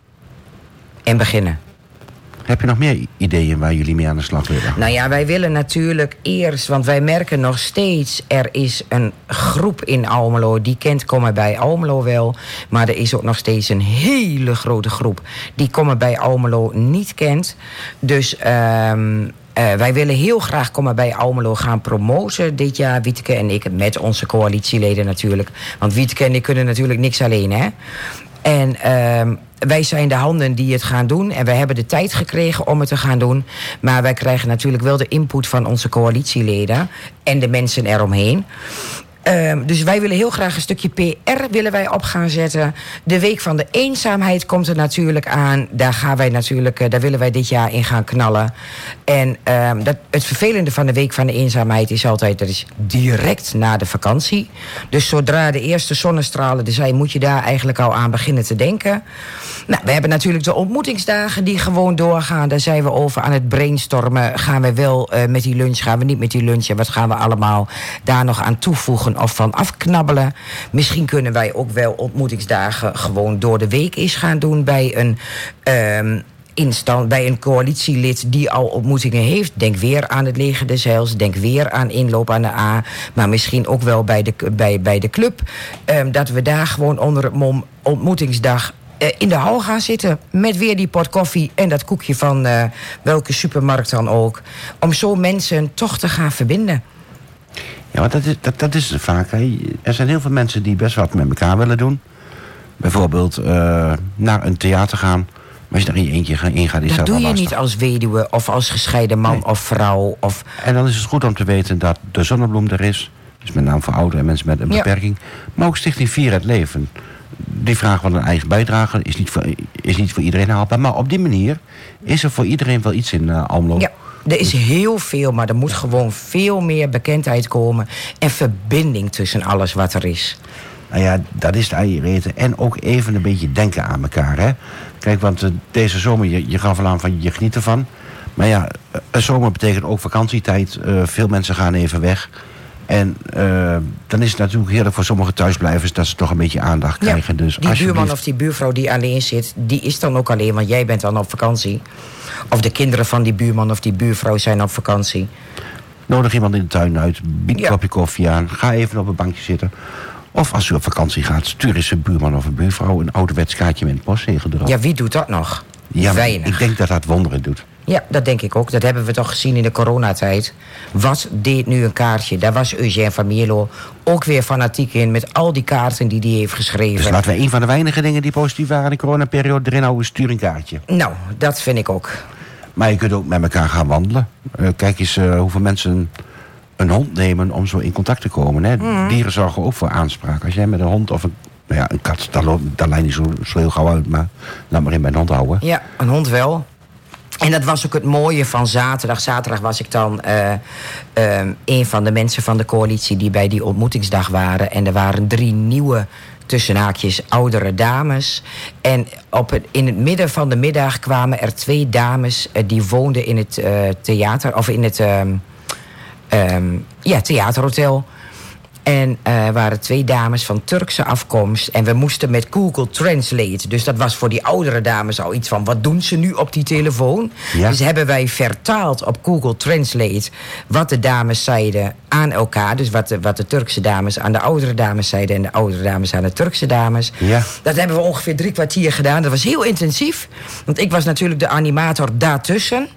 En beginnen. Heb je nog meer ideeën waar jullie mee aan de slag willen? Nou ja, wij willen natuurlijk eerst, want wij merken nog steeds, er is een groep in Almelo, die kent Kom erbij Almelo wel, maar er is ook nog steeds een hele grote groep die Kom erbij Almelo niet kent. Dus um, uh, wij willen heel graag Kom erbij Almelo gaan promoten dit jaar, Wieteke en ik, met onze coalitieleden natuurlijk. Want Wieteke en ik kunnen natuurlijk niks alleen, hè. En uh, wij zijn de handen die het gaan doen. En wij hebben de tijd gekregen om het te gaan doen. Maar wij krijgen natuurlijk wel de input van onze coalitieleden en de mensen eromheen. Um, dus wij willen heel graag een stukje P R willen wij op gaan zetten. De Week van de Eenzaamheid komt er natuurlijk aan. Daar gaan wij natuurlijk, uh, daar willen wij dit jaar in gaan knallen. En um, dat, het vervelende van de Week van de Eenzaamheid is altijd, dat is direct na de vakantie. Dus zodra de eerste zonnestralen er zijn, moet je daar eigenlijk al aan beginnen te denken. Nou, we hebben natuurlijk de ontmoetingsdagen die gewoon doorgaan. Daar zijn we over aan het brainstormen. Gaan we wel uh, met die lunch, gaan we niet met die lunch? En wat gaan we allemaal daar nog aan toevoegen of van afknabbelen? Misschien kunnen wij ook wel ontmoetingsdagen gewoon door de week eens gaan doen bij een... Um, Instand, bij een coalitielid die al ontmoetingen heeft. Denk weer aan het Leger des Heils. Denk weer aan inloop aan de A. Maar misschien ook wel bij de, bij, bij de club. Um, dat we daar gewoon onder het mom ontmoetingsdag uh, in de hal gaan zitten. Met weer die pot koffie en dat koekje van uh, welke supermarkt dan ook. Om zo mensen toch te gaan verbinden. Ja, want dat is, dat, dat is vaak. Hè. Er zijn heel veel mensen die best wat met elkaar willen doen. Bijvoorbeeld uh, naar een theater gaan. Maar als je er in je eentje in gaat, is dat, dat doe je lastig. niet als weduwe of als gescheiden man nee. of vrouw. Of... En dan is het goed om te weten dat de Zonnebloem er is. Dus met name voor ouderen en mensen met een ja. beperking. Maar ook Stichting Vier het Leven. Die vraag van een eigen bijdrage is niet, voor, is niet voor iedereen haalbaar. Maar op die manier is er voor iedereen wel iets in uh, Almelo. Ja. Er is heel veel, maar er moet gewoon veel meer bekendheid komen. En verbinding tussen alles wat er is. Nou ja, dat is het eieren. En ook even een beetje denken aan elkaar. Hè? Kijk, want uh, deze zomer, je, je gaf al aan van je geniet ervan. Maar ja, een zomer betekent ook vakantietijd. Uh, veel mensen gaan even weg. En uh, dan is het natuurlijk heerlijk voor sommige thuisblijvers dat ze toch een beetje aandacht krijgen. Ja, dus die buurman of die buurvrouw die alleen zit, die is dan ook alleen, want jij bent dan op vakantie. Of de kinderen van die buurman of die buurvrouw zijn op vakantie. Nodig iemand in de tuin uit, bied een ja. kopje koffie aan, ga even op een bankje zitten. Of als u op vakantie gaat, stuur eens een buurman of een buurvrouw een ouderwets kaartje met een postzegel erop. Ja, wie doet dat nog? Ja, weinig. Ik denk dat dat wonderen doet. Ja, dat denk ik ook. Dat hebben we toch gezien in de coronatijd. Wat deed nu een kaartje? Daar was Eugène van Mierlo ook weer fanatiek in met al die kaarten die hij heeft geschreven. Dus laten we een van de weinige dingen die positief waren in de coronaperiode erin houden, stuur een kaartje. Nou, dat vind ik ook. Maar je kunt ook met elkaar gaan wandelen. Uh, kijk eens uh, hoeveel mensen een hond nemen om zo in contact te komen. Hè? Mm. Dieren zorgen ook voor aanspraak. Als jij met een hond of een, nou ja, een kat, dat, dat lijkt niet zo, zo heel gauw uit, maar laat maar in bij een hond houden. Ja, een hond wel. En dat was ook het mooie van zaterdag. Zaterdag was ik dan uh, uh, een van de mensen van de coalitie die bij die ontmoetingsdag waren. En er waren drie nieuwe, tussen haakjes, oudere dames. En op het, in het midden van de middag kwamen er twee dames uh, die woonden in het uh, theater, of in het um, um, ja, theaterhotel. En er uh, waren twee dames van Turkse afkomst. En we moesten met Google Translate. Dus dat was voor die oudere dames al iets van, wat doen ze nu op die telefoon? Ja. Dus hebben wij vertaald op Google Translate wat de dames zeiden aan elkaar. Dus wat de, wat de Turkse dames aan de oudere dames zeiden en de oudere dames aan de Turkse dames. Ja. Dat hebben we ongeveer drie kwartier gedaan. Dat was heel intensief. Want ik was natuurlijk de animator daartussen.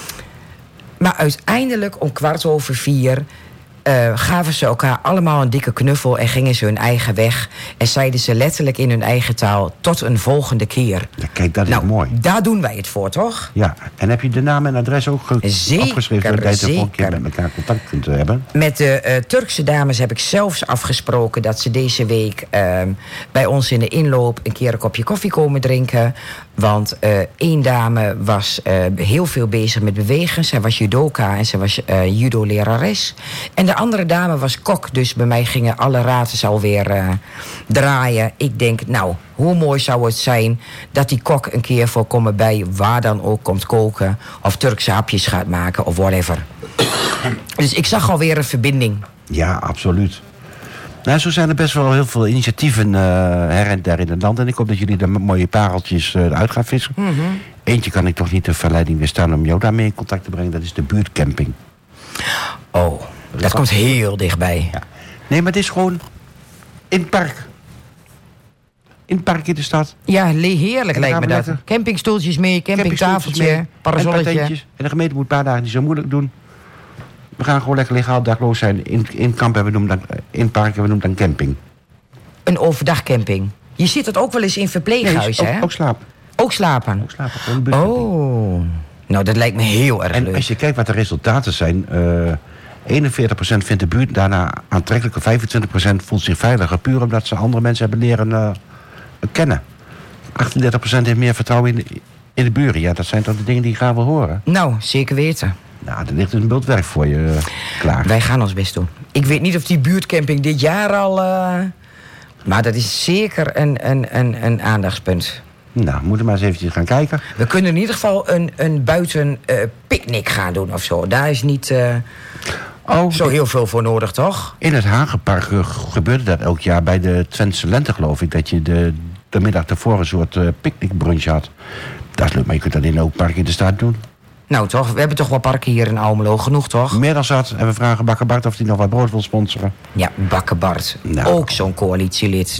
Maar uiteindelijk om kwart over vier... Uh, gaven ze elkaar allemaal een dikke knuffel en gingen ze hun eigen weg. En zeiden ze letterlijk in hun eigen taal, tot een volgende keer. Ja, kijk, dat is nou, mooi. Daar doen wij het voor, toch? Ja, en heb je de naam en adres ook ge- zeker, opgeschreven... zodat je de volgende keer met elkaar contact kunt hebben? Met de uh, Turkse dames heb ik zelfs afgesproken dat ze deze week uh, bij ons in de inloop een keer een kopje koffie komen drinken. Want uh, één dame was uh, heel veel bezig met bewegen. Zij was judoka en ze was uh, judo-lerares. En de andere dame was kok. Dus bij mij gingen alle raten alweer uh, draaien. Ik denk, nou, hoe mooi zou het zijn dat die kok een keer voor komen bij waar dan ook komt koken. Of Turkse hapjes gaat maken of whatever. Dus ik zag alweer een verbinding. Ja, absoluut. Nou, zo zijn er best wel heel veel initiatieven uh, her en der in het land. En ik hoop dat jullie daar mooie pareltjes uh, uit gaan vissen. Mm-hmm. Eentje kan ik toch niet de verleiding weerstaan om jou daarmee in contact te brengen. Dat is de buurtcamping. Oh, dat, dat komt heel dichtbij. Ja. Nee, maar het is gewoon in het park. In het park in de stad. Ja, heerlijk lijkt me dat. Campingstoeltjes mee, campingtafeltje, parasolletje. En, en de gemeente moet een paar dagen niet zo moeilijk doen. We gaan gewoon lekker legaal dakloos zijn. In, in het kamp hebben we noemen dan, in het park hebben we noemen dan camping. Een overdagcamping. Je ziet het ook wel eens in verpleeghuizen, nee, hè? Ook slapen. Ook slapen? Ook slapen. Oh, nou dat lijkt me heel erg en leuk. Als je kijkt wat de resultaten zijn... Uh, eenenveertig procent vindt de buurt daarna aantrekkelijker. vijfentwintig procent voelt zich veiliger. Puur omdat ze andere mensen hebben leren uh, kennen. achtendertig procent heeft meer vertrouwen in de, in de buren. Ja, dat zijn toch de dingen die je graag wil horen? Nou, zeker weten. Nou, er ligt dus een beeldwerk voor je uh, klaar. Wij gaan ons best doen. Ik weet niet of die buurtcamping dit jaar al... Uh... Maar dat is zeker een, een, een, een aandachtspunt. Nou, we moeten maar eens eventjes gaan kijken. We kunnen in ieder geval een, een buiten uh, picknick gaan doen of zo. Daar is niet uh, oh, zo heel veel voor nodig, toch? In het Hagenpark uh, gebeurde dat elk jaar bij de Twentse Lente, geloof ik. Dat je de, de middag ervoor een soort uh, picknickbrunch had. Dat is leuk, maar je kunt dat in elk park in de stad doen. Nou toch, we hebben toch wel parken hier in Almelo, genoeg toch? Meer dan zat. En we vragen Bakker Bart of hij nog wat brood wil sponsoren. Ja, Bakker Bart. Nou. Ook zo'n coalitielid.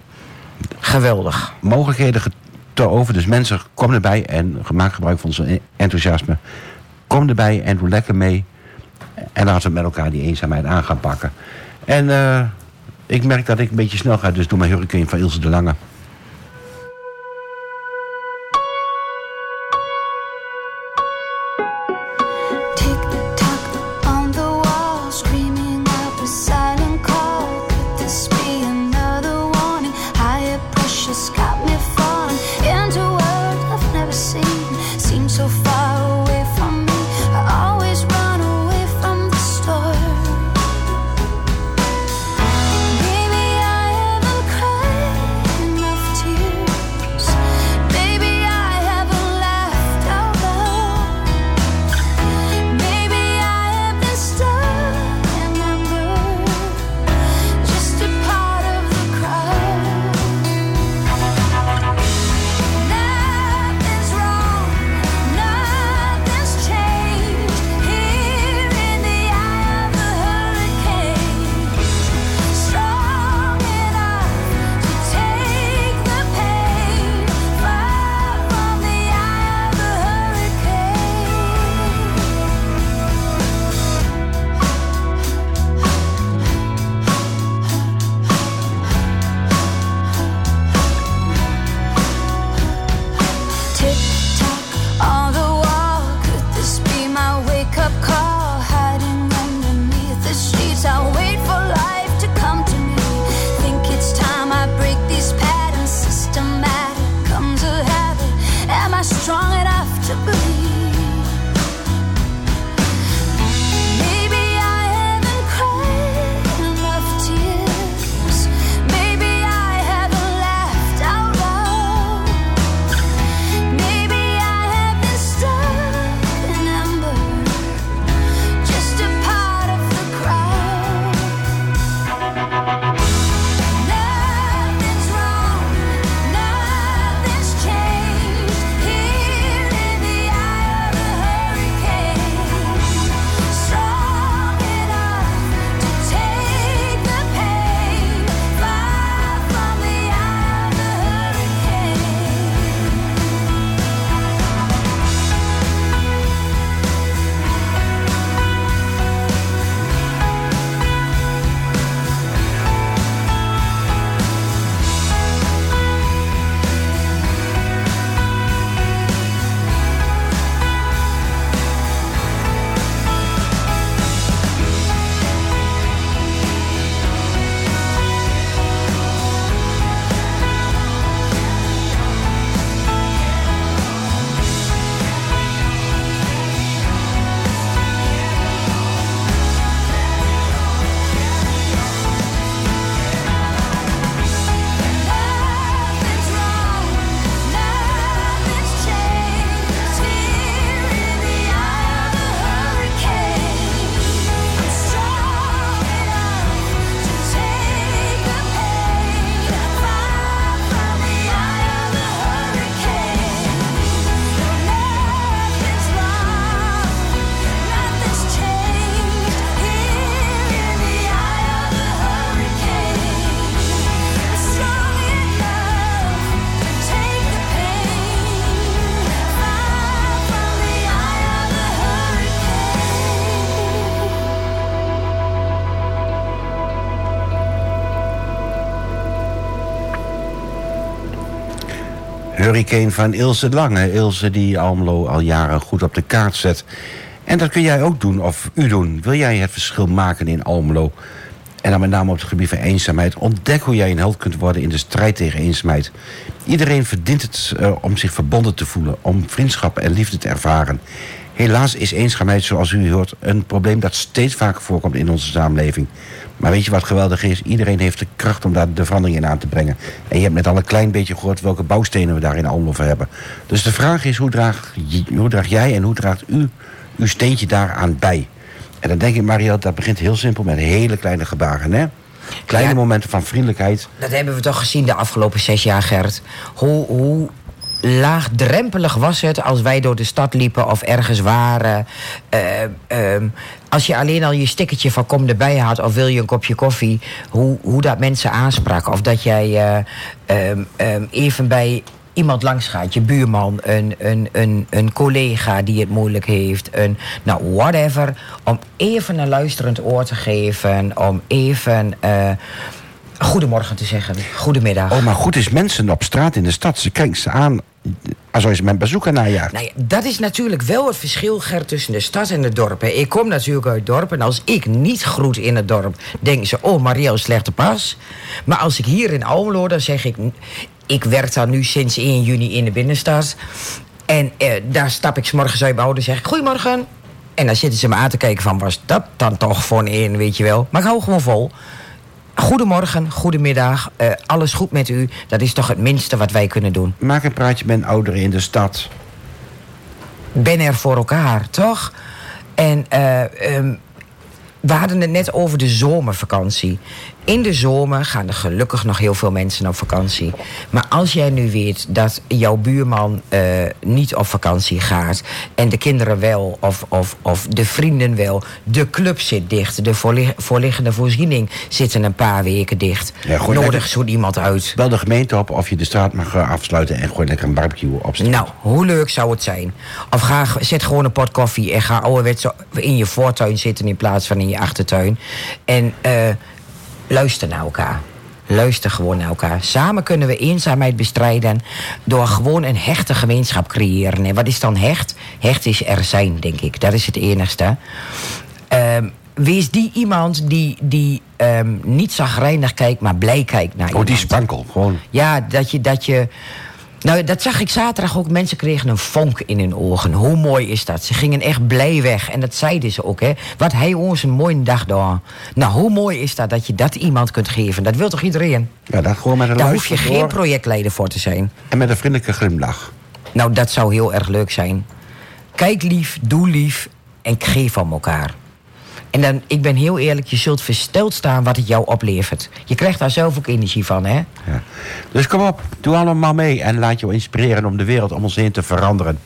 Geweldig. Mogelijkheden te over. Dus mensen, kom erbij en maak gebruik van ons enthousiasme. Kom erbij en doe lekker mee. En laten we met elkaar die eenzaamheid aan gaan pakken. En uh, ik merk dat ik een beetje snel ga, dus doe mijn Hurricane van Ilse de Lange. Hurricane van Ilse de Lange. Ilse die Almelo al jaren goed op de kaart zet. En dat kun jij ook doen, of u doen. Wil jij het verschil maken in Almelo? En dan met name op het gebied van eenzaamheid. Ontdek hoe jij een held kunt worden in de strijd tegen eenzaamheid. Iedereen verdient het uh, om zich verbonden te voelen. Om vriendschap en liefde te ervaren. Helaas is eenzaamheid, zoals u hoort, een probleem dat steeds vaker voorkomt in onze samenleving. Maar weet je wat geweldig is? Iedereen heeft de kracht om daar de verandering in aan te brengen. En je hebt net al een klein beetje gehoord welke bouwstenen we daar in Almelo voor hebben. Dus de vraag is, hoe draag, hoe draag jij en hoe draagt u uw steentje daaraan bij? En dan denk ik, Marielle, dat begint heel simpel met hele kleine gebaren, hè? Kleine ja, momenten van vriendelijkheid. Dat hebben we toch gezien de afgelopen zes jaar, Gert. Hoe, hoe laagdrempelig was het als wij door de stad liepen of ergens waren. Uh, um, als je alleen al je stickertje van kom erbij had of wil je een kopje koffie. Hoe, hoe dat mensen aansprak. Of dat jij uh, um, um, even bij iemand langs gaat, je buurman, een, een, een, een collega die het moeilijk heeft, een, nou, whatever, om even een luisterend oor te geven, om even uh, goedemorgen te zeggen, goedemiddag. Oh, maar goed is mensen op straat in de stad, ze kijken ze aan alsof je met bezoeker najaagt. Nou ja, dat is natuurlijk wel het verschil, Gert, tussen de stad en het dorp. Ik kom natuurlijk uit het dorp en als ik niet groet in het dorp, denken ze, oh, Marielle, slechte pas. Maar als ik hier in Almelo, dan zeg ik, ik werk daar nu sinds eerste juni in de binnenstad. En eh, daar stap ik 's morgens uit mijn auto en zeg ik, goedemorgen. En dan zitten ze me aan te kijken van, was dat dan toch voor een, weet je wel. Maar ik hou gewoon vol. Goedemorgen, goedemiddag, uh, alles goed met u. Dat is toch het minste wat wij kunnen doen. Maak een praatje met ouderen in de stad. Ben er voor elkaar, toch? En uh, um, we hadden het net over de zomervakantie. In de zomer gaan er gelukkig nog heel veel mensen op vakantie. Maar als jij nu weet dat jouw buurman uh, niet op vakantie gaat, en de kinderen wel, of, of, of de vrienden wel, de club zit dicht, de voorlig- voorliggende voorziening zitten een paar weken dicht. Ja, nodig lekker, zo iemand uit. Bel de gemeente op of je de straat mag afsluiten en gooi lekker een barbecue op straat. Nou, hoe leuk zou het zijn? Of ga, zet gewoon een pot koffie en ga ouderwets in je voortuin zitten in plaats van in je achtertuin. En uh, luister naar elkaar. Luister gewoon naar elkaar. Samen kunnen we eenzaamheid bestrijden door gewoon een hechte gemeenschap creëren. En wat is dan hecht? Hecht is er zijn, denk ik. Dat is het enigste. Um, wees die iemand die, die um, niet chagrijnig kijkt, maar blij kijkt naar oh, iemand. Die spankel, gewoon. Ja, dat je... Dat je Nou, dat zag ik zaterdag ook. Mensen kregen een vonk in hun ogen. Hoe mooi is dat? Ze gingen echt blij weg. En dat zeiden ze ook, hè. Wat hij ons een mooie dag daar. Nou, hoe mooi is dat dat je dat iemand kunt geven? Dat wil toch iedereen? Ja, dat gewoon met een Daar hoef je geen projectleider voor te zijn. En met een vriendelijke glimlach. Nou, dat zou heel erg leuk zijn. Kijk lief, doe lief en geef om elkaar. En dan, ik ben heel eerlijk, je zult versteld staan wat het jou oplevert. Je krijgt daar zelf ook energie van, hè? Ja. Dus kom op, doe allemaal mee en laat je inspireren om de wereld om ons heen te veranderen.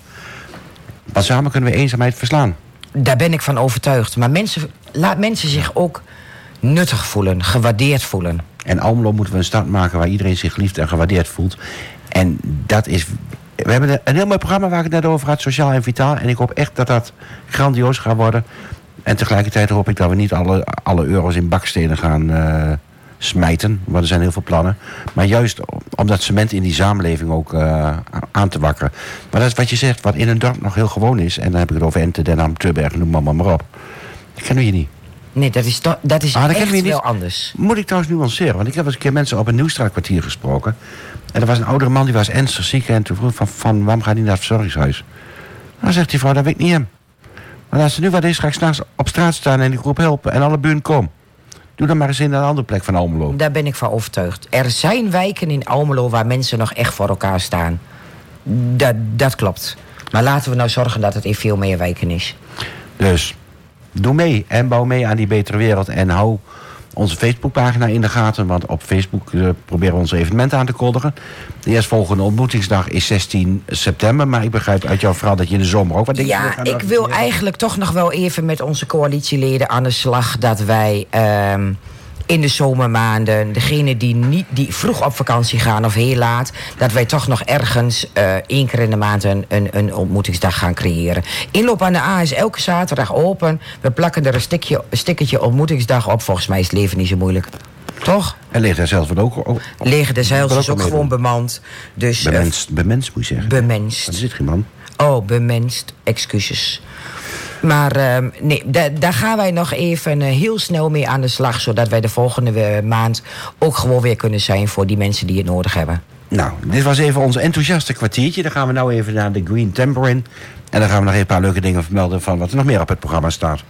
Want samen kunnen we eenzaamheid verslaan. Daar ben ik van overtuigd. Maar mensen, laat mensen zich ook nuttig voelen, gewaardeerd voelen. En Almelo moeten we een stad maken waar iedereen zich lief en gewaardeerd voelt. En dat is... We hebben een heel mooi programma waar ik het net over had, Sociaal en Vitaal. En ik hoop echt dat dat grandioos gaat worden. En tegelijkertijd hoop ik dat we niet alle, alle euro's in bakstenen gaan uh, smijten. Want er zijn heel veel plannen. Maar juist om dat cement in die samenleving ook uh, aan te wakkeren. Maar dat is wat je zegt, wat in een dorp nog heel gewoon is. En dan heb ik het over Ente, Den Ham, Tubberg, noem maar, maar op. Dat kennen we hier niet. Nee, dat is, to- dat is ah, echt wel niet. anders. Moet ik trouwens nuanceren. Want ik heb eens een keer mensen op een Nieuwstraatkwartier gesproken. En er was een oudere man, die was ernstig ziek. En toen vroeg ik van, van waarom gaat hij naar het verzorgingshuis? Dan zegt die vrouw, dat weet ik niet hem. Maar als er nu wat is, ga ik s'nachts op straat staan en die groep helpen. En alle buren komen. Doe dan maar eens in een andere plek van Almelo. Daar ben ik van overtuigd. Er zijn wijken in Almelo waar mensen nog echt voor elkaar staan. Dat, dat klopt. Maar laten we nou zorgen dat het in veel meer wijken is. Dus, doe mee en bouw mee aan die betere wereld. En hou onze Facebookpagina in de gaten. Want op Facebook uh, proberen we onze evenementen aan te kondigen. De eerstvolgende ontmoetingsdag is zestien september. Maar ik begrijp uit jouw verhaal dat je in de zomer ook wat dingen ja, gaan. Ja, ik wil eigenlijk toch nog wel even met onze coalitieleden aan de slag. Dat wij uh, in de zomermaanden, degene die, niet, die vroeg op vakantie gaan of heel laat, dat wij toch nog ergens uh, één keer in de maand een, een, een ontmoetingsdag gaan creëren. Inloop aan de A is elke zaterdag open. We plakken er een, stikje, een stickertje ontmoetingsdag op. Volgens mij is het leven niet zo moeilijk. Toch? En Leger des Heils wordt ook... ook Leger des Heils is ook gewoon bemand. Dus, bemenst, bemenst moet je zeggen. Bemenst. Dat zit geen man. Oh, bemenst. Excuses. Maar uh, nee, da- daar gaan wij nog even uh, heel snel mee aan de slag... zodat wij de volgende uh, maand ook gewoon weer kunnen zijn... voor die mensen die het nodig hebben. Nou, dit was even ons enthousiaste kwartiertje. Dan gaan we nou even naar de Green Tambourine. En dan gaan we nog even een paar leuke dingen vermelden... van wat er nog meer op het programma staat.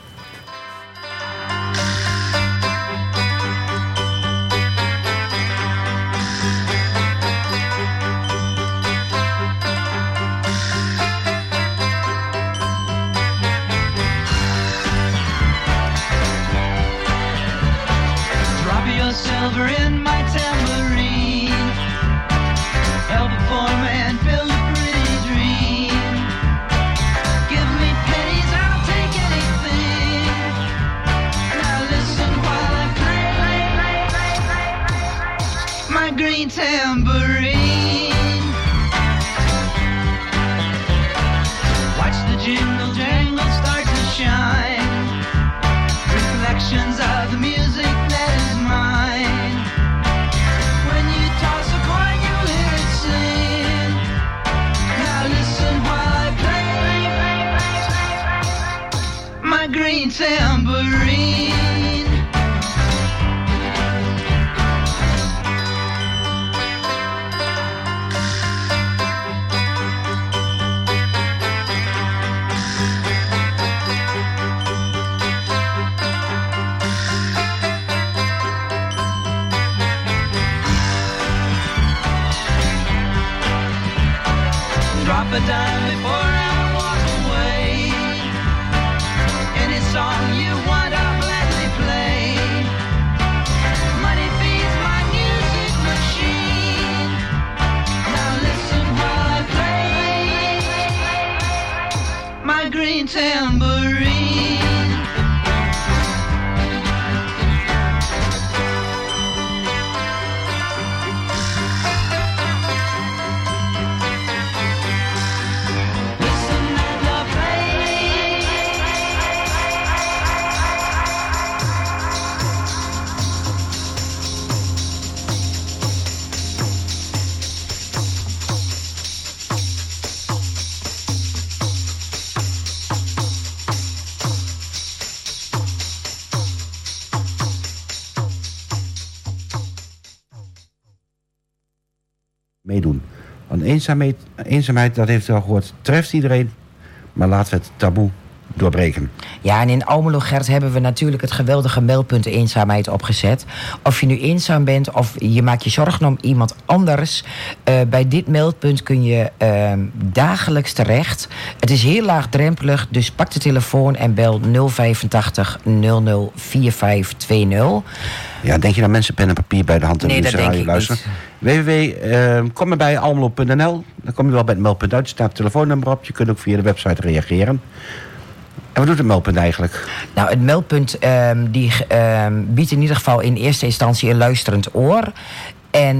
Meedoen. Want eenzaamheid, eenzaamheid, dat heeft u al gehoord, treft iedereen. Maar laten we het taboe doorbreken. Ja, en in Almelo, Gert, hebben we natuurlijk het geweldige meldpunt eenzaamheid opgezet. Of je nu eenzaam bent of je maakt je zorgen om iemand anders. Uh, bij dit meldpunt kun je uh, dagelijks terecht. Het is heel laagdrempelig, dus pak de telefoon en bel nul vijfentachtig nul nul vier vijf twee nul. Ja, denk je dat mensen pen en papier bij de hand hebben? Nee, dat denk ik luisteren? niet. w w w punt kom maar bij almelo punt n l. Dan kom je wel bij het meldpunt uit. Er staat het telefoonnummer op. Je kunt ook via de website reageren. En wat doet het meldpunt eigenlijk? Nou, het meldpunt um, die, um, biedt in ieder geval in eerste instantie een luisterend oor. En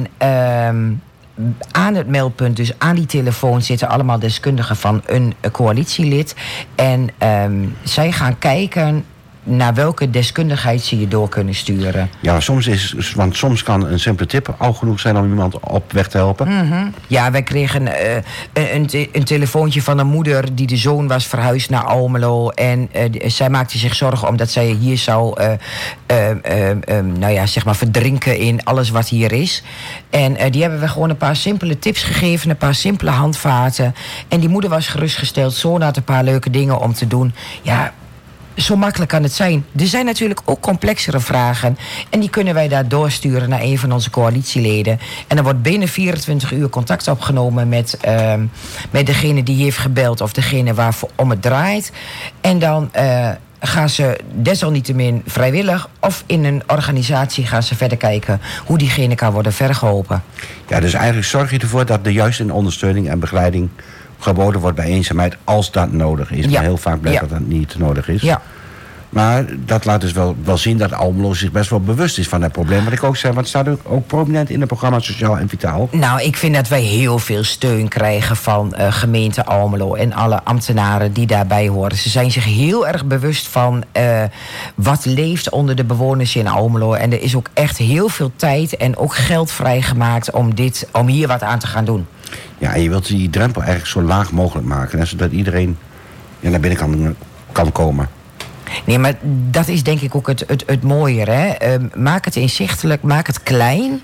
um, aan het meldpunt, dus aan die telefoon, zitten allemaal deskundigen van een coalitielid. En um, zij gaan kijken naar welke deskundigheid ze je door kunnen sturen. Ja, soms is, want soms kan een simpele tip al genoeg zijn om iemand op weg te helpen. Mm-hmm. Ja, wij kregen uh, een, te- een telefoontje van een moeder die de zoon was verhuisd naar Almelo. En uh, zij maakte zich zorgen omdat zij hier zou uh, uh, uh, uh, nou ja, zeg maar verdrinken in alles wat hier is. En uh, die hebben we gewoon een paar simpele tips gegeven, een paar simpele handvaten. En die moeder was gerustgesteld, zo had een paar leuke dingen om te doen. Ja, zo makkelijk kan het zijn. Er zijn natuurlijk ook complexere vragen. En die kunnen wij daar doorsturen naar een van onze coalitieleden. En er wordt binnen vierentwintig uur contact opgenomen met, uh, met degene die heeft gebeld of degene waarom het draait. En dan uh, gaan ze desalniettemin vrijwillig of in een organisatie gaan ze verder kijken hoe diegene kan worden vergeholpen. Ja, dus eigenlijk zorg je ervoor dat de juiste ondersteuning en begeleiding geboden wordt bij eenzaamheid als dat nodig is. Ja. Maar heel vaak blijkt ja. dat dat niet nodig is. Ja. Maar dat laat dus wel, wel zien dat Almelo zich best wel bewust is van dat probleem. Wat ik ook zei, want het staat ook, ook prominent in het programma Sociaal en Vitaal. Nou, ik vind dat wij heel veel steun krijgen van uh, gemeente Almelo en alle ambtenaren die daarbij horen. Ze zijn zich heel erg bewust van uh, wat leeft onder de bewoners in Almelo. En er is ook echt heel veel tijd en ook geld vrijgemaakt om, dit, om hier wat aan te gaan doen. Ja, en je wilt die drempel eigenlijk zo laag mogelijk maken. Hè, zodat iedereen ja, naar binnen kan kan komen. Nee, maar dat is denk ik ook het, het, het mooier. Hè? Uh, maak het inzichtelijk, maak het klein.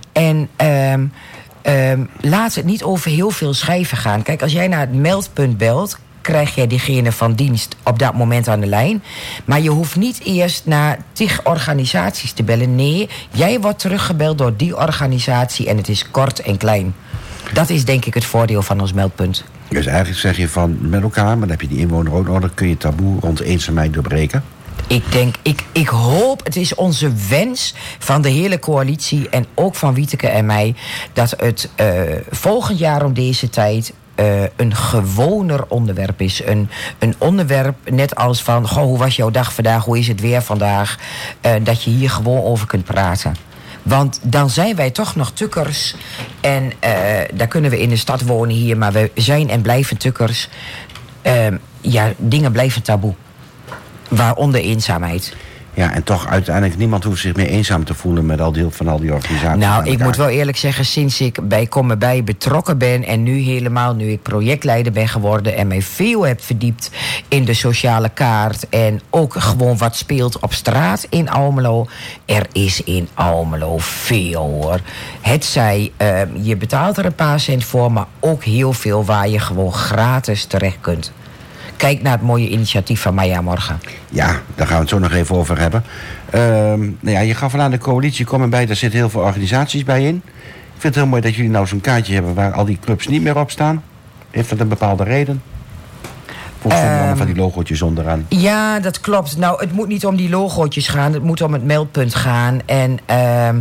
En uh, uh, laat het niet over heel veel schijven gaan. Kijk, als jij naar het meldpunt belt, krijg jij diegene van dienst op dat moment aan de lijn. Maar je hoeft niet eerst naar tig organisaties te bellen. Nee, jij wordt teruggebeld door die organisatie en het is kort en klein. Dat is denk ik het voordeel van ons meldpunt. Dus eigenlijk zeg je van met elkaar, maar dan heb je die inwoner ook nodig, kun je taboe rond eenzaamheid doorbreken. Ik denk, ik, ik hoop, het is onze wens van de hele coalitie en ook van Wieteke en mij, dat het uh, volgend jaar om deze tijd Uh, een gewoner onderwerp is. Een, een onderwerp net als van, goh, hoe was jouw dag vandaag? Hoe is het weer vandaag? Uh, dat je hier gewoon over kunt praten. Want dan zijn wij toch nog tukkers. En uh, daar kunnen we in de stad wonen hier, maar we zijn en blijven tukkers. Uh, ja, dingen blijven taboe. Waaronder eenzaamheid. Ja, en toch uiteindelijk niemand hoeft zich meer eenzaam te voelen met al die hulp van al die organisaties. Nou, ik moet wel eerlijk zeggen, sinds ik bij Kom erbij betrokken ben en nu helemaal, nu ik projectleider ben geworden en mij veel heb verdiept in de sociale kaart en ook gewoon wat speelt op straat in Almelo. Er is in Almelo veel, hoor. Het zij, uh, je betaalt er een paar cent voor, maar ook heel veel waar je gewoon gratis terecht kunt. Kijk naar het mooie initiatief van Maya morgen. Ja, daar gaan we het zo nog even over hebben. Uh, nou ja, je gaf al aan de coalitie, kom erbij, daar zitten heel veel organisaties bij in. Ik vind het heel mooi dat jullie nou zo'n kaartje hebben waar al die clubs niet meer op staan. Heeft dat een bepaalde reden? Volgens mij um, van die logootjes onderaan. Ja, dat klopt. Nou, het moet niet om die logootjes gaan. Het moet om het meldpunt gaan. En um,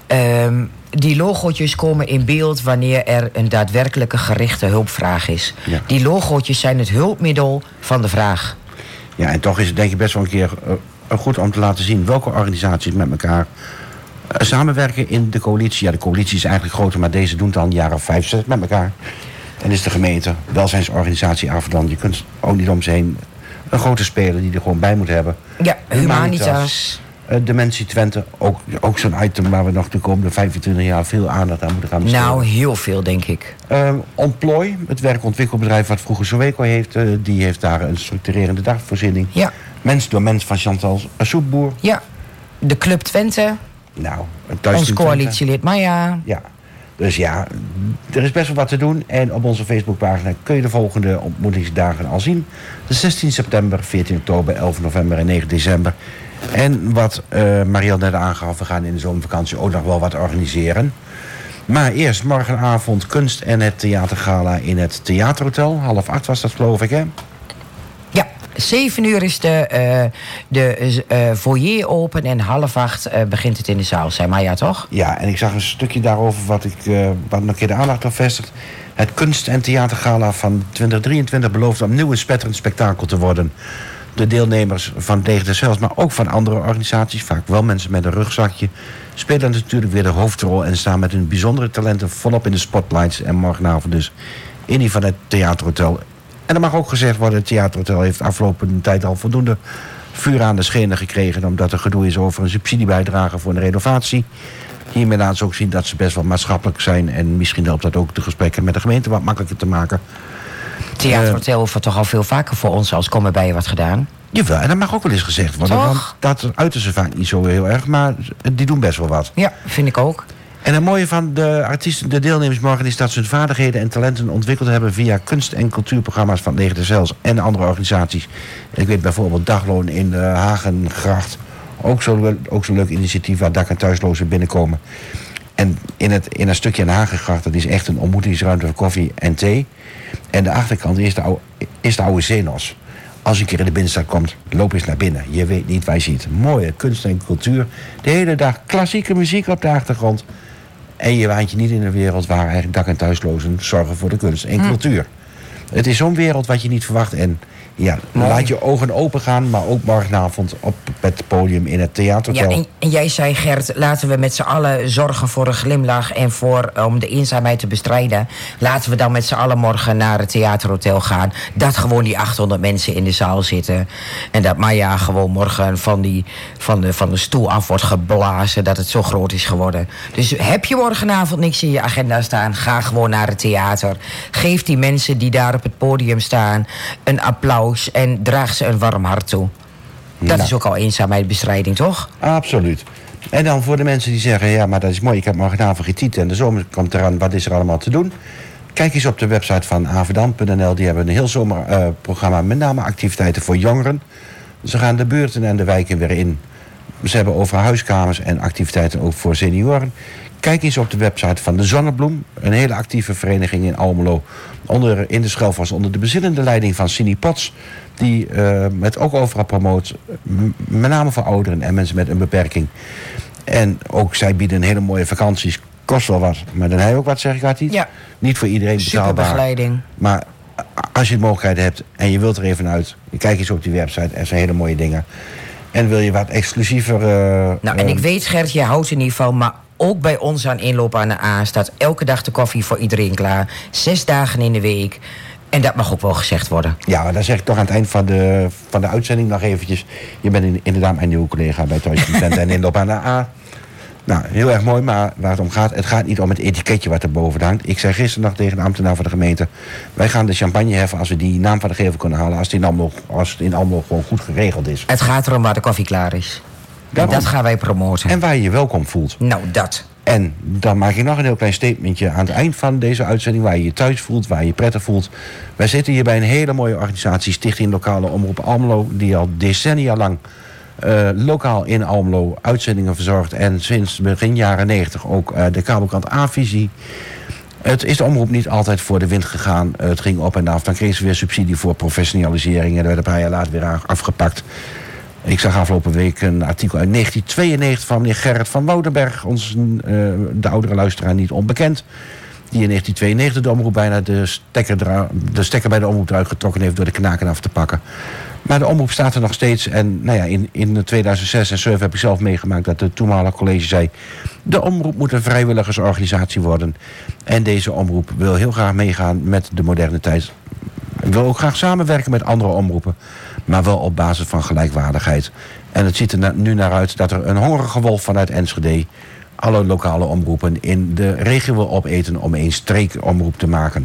um, die logootjes komen in beeld wanneer er een daadwerkelijke gerichte hulpvraag is. Ja. Die logootjes zijn het hulpmiddel van de vraag. Ja, en toch is het denk ik best wel een keer uh, goed om te laten zien welke organisaties met elkaar uh, samenwerken in de coalitie. Ja, de coalitie is eigenlijk groter, maar deze doen het al een jaar of vijf, zes met elkaar. En is de gemeente, welzijnsorganisatie Afdan. Je kunt ook niet om ze heen een grote speler die er gewoon bij moet hebben. Ja, Humanitas. Humanitas. Uh, Dementie Twente, ook, ook zo'n item waar we nog de komende vijfentwintig jaar veel aandacht aan moeten gaan besteden. Nou, heel veel, denk ik. Uh, Ontplooi, het werkontwikkelbedrijf wat vroeger Soweco heeft, uh, die heeft daar een structurerende dagvoorziening. Ja. Mens door mens van Chantal Soepboer. Ja, de Club Twente. Nou, ons coalitielid Maya. Ja. Dus ja, er is best wel wat te doen. En op onze Facebookpagina kun je de volgende ontmoetingsdagen al zien. zestien september, veertien oktober, elf november en negen december. En wat uh, Marielle net aangaf, we gaan in de zomervakantie ook nog wel wat organiseren. Maar eerst morgenavond kunst en het theatergala in het Theaterhotel. Half acht was dat, geloof ik, hè? Ja, zeven uur is de, uh, de uh, foyer open en half acht uh, begint het in de zaal. Zei Maya, toch? Ja, en ik zag een stukje daarover wat ik uh, wat een keer de aandacht op vestigt. Het kunst- en theatergala van twintig drieëntwintig belooft opnieuw een spetterend spektakel te worden. De deelnemers van Deventer zelfs, maar ook van andere organisaties, vaak wel mensen met een rugzakje, spelen natuurlijk weer de hoofdrol en staan met hun bijzondere talenten volop in de spotlights. En morgenavond dus in die van het Theaterhotel. En er mag ook gezegd worden, het Theaterhotel heeft afgelopen tijd al voldoende vuur aan de schenen gekregen, omdat er gedoe is over een subsidiebijdrage voor een renovatie. Hiermee laten ze ook zien dat ze best wel maatschappelijk zijn en misschien helpt dat ook de gesprekken met de gemeente wat makkelijker te maken. Het Theaterhotel heeft het toch al veel vaker voor ons als Kom erbij wat gedaan. Jawel, en dat mag ook wel eens gezegd worden. Toch? Want dat uiten ze vaak niet zo heel erg, maar die doen best wel wat. Ja, vind ik ook. En het mooie van de artiesten, de deelnemers morgen, is dat ze hun vaardigheden en talenten ontwikkeld hebben via kunst- en cultuurprogramma's van Deventer zelfs en andere organisaties. Ik weet bijvoorbeeld Dagloon in de Hagengracht. Ook zo'n ook zo leuk initiatief waar dak- en thuislozen binnenkomen. En in het, in een stukje in de Hagengracht, dat is echt een ontmoetingsruimte voor koffie en thee. En de achterkant is de oude, is de oude Zenos. Als je een keer in de binnenstad komt, loop eens naar binnen. Je weet niet waar je ziet. Mooie kunst en cultuur. De hele dag klassieke muziek op de achtergrond. En je waant je niet in een wereld waar eigenlijk dak- en thuislozen zorgen voor de kunst en cultuur. Hm. Het is zo'n wereld wat je niet verwacht. En ja, laat je ogen open gaan, maar ook morgenavond op het podium in het Theaterhotel. Ja, en, en jij zei, Gert, laten we met z'n allen zorgen voor een glimlach en voor, om de eenzaamheid te bestrijden. Laten we dan met z'n allen morgen naar het Theaterhotel gaan. Dat gewoon die achthonderd mensen in de zaal zitten. En dat Maya gewoon morgen van, die, van, de, van de stoel af wordt geblazen, dat het zo groot is geworden. Dus heb je morgenavond niks in je agenda staan, ga gewoon naar het theater. Geef die mensen die daar op het podium staan, een applaus en draag ze een warm hart toe. Dat Nou. is ook al eenzaamheidsbestrijding, toch? Absoluut. En dan voor de mensen die zeggen, ja, maar dat is mooi, ik heb maar gedaan voor Gietiet en de zomer komt eraan, wat is er allemaal te doen? Kijk eens op de website van Avedan punt n l. Die hebben een heel zomerprogramma, uh, met name activiteiten voor jongeren. Ze gaan de buurten en de wijken weer in. Ze hebben over huiskamers en activiteiten ook voor senioren. Kijk eens op de website van de Zonnebloem. Een hele actieve vereniging in Almelo. Onder, in de Schelfas onder de bezinnende leiding van Sini Pots. Die uh, het ook overal promoot. M- met name voor ouderen en mensen met een beperking. En ook zij bieden hele mooie vakanties. Kost wel wat, maar dan heb je ook wat, zeg ik dat niet? Ja. Niet voor iedereen betaalbaar. Superbegeleiding. Maar als je de mogelijkheid hebt en je wilt er even uit, kijk eens op die website. Er zijn hele mooie dingen. En wil je wat exclusiever... Uh, nou, en uh, ik weet, Gert, je houdt in ieder geval, maar ook bij ons aan inloop aan de A staat elke dag de koffie voor iedereen klaar. Zes dagen in de week. En dat mag ook wel gezegd worden. Ja, maar dan zeg ik toch aan het eind van de, van de uitzending nog eventjes. Je bent in, inderdaad mijn nieuwe collega bij Toys Center en inloop aan de A. Nou, heel erg mooi, maar waar het om gaat, het gaat niet om het etiketje wat er boven hangt. Ik zei gisteren nog tegen de ambtenaar van de gemeente, wij gaan de champagne heffen als we die naam van de gevel kunnen halen, als het in Almelo, als het in Almelo gewoon goed geregeld is. Het gaat erom waar de koffie klaar is. Daarom. Dat gaan wij promoten. En waar je je welkom voelt. Nou, dat. En dan maak ik nog een heel klein statementje aan het eind van deze uitzending, waar je je thuis voelt, waar je je prettig voelt. Wij zitten hier bij een hele mooie organisatie, Stichting Lokale Omroep Almelo, die al decennia lang Uh, lokaal in Almelo uitzendingen verzorgt. En sinds begin jaren negentig ook uh, de kabelkrant A-visie. Het is de omroep niet altijd voor de wind gegaan. Uh, het ging op en af. Dan kregen ze weer subsidie voor professionalisering. En dat werd een paar jaar later weer afgepakt. Ik zag afgelopen week een artikel uit negentien tweeënnegentig van meneer Gerrit van Woudenberg. Ons, uh, de oudere luisteraar niet onbekend. Die in negentien tweeënnegentig de omroep bijna de stekker, dra- de stekker bij de omroep eruit getrokken heeft door de knaken af te pakken. Maar de omroep staat er nog steeds. En nou ja, in, in tweeduizend zes en zeven heb ik zelf meegemaakt dat het toenmalige college zei, de omroep moet een vrijwilligersorganisatie worden. En deze omroep wil heel graag meegaan met de moderne tijd. Wil ook graag samenwerken met andere omroepen. Maar wel op basis van gelijkwaardigheid. En het ziet er na, nu naar uit dat er een hongerige wolf vanuit Enschede alle lokale omroepen in de regio wil opeten om één streekomroep te maken.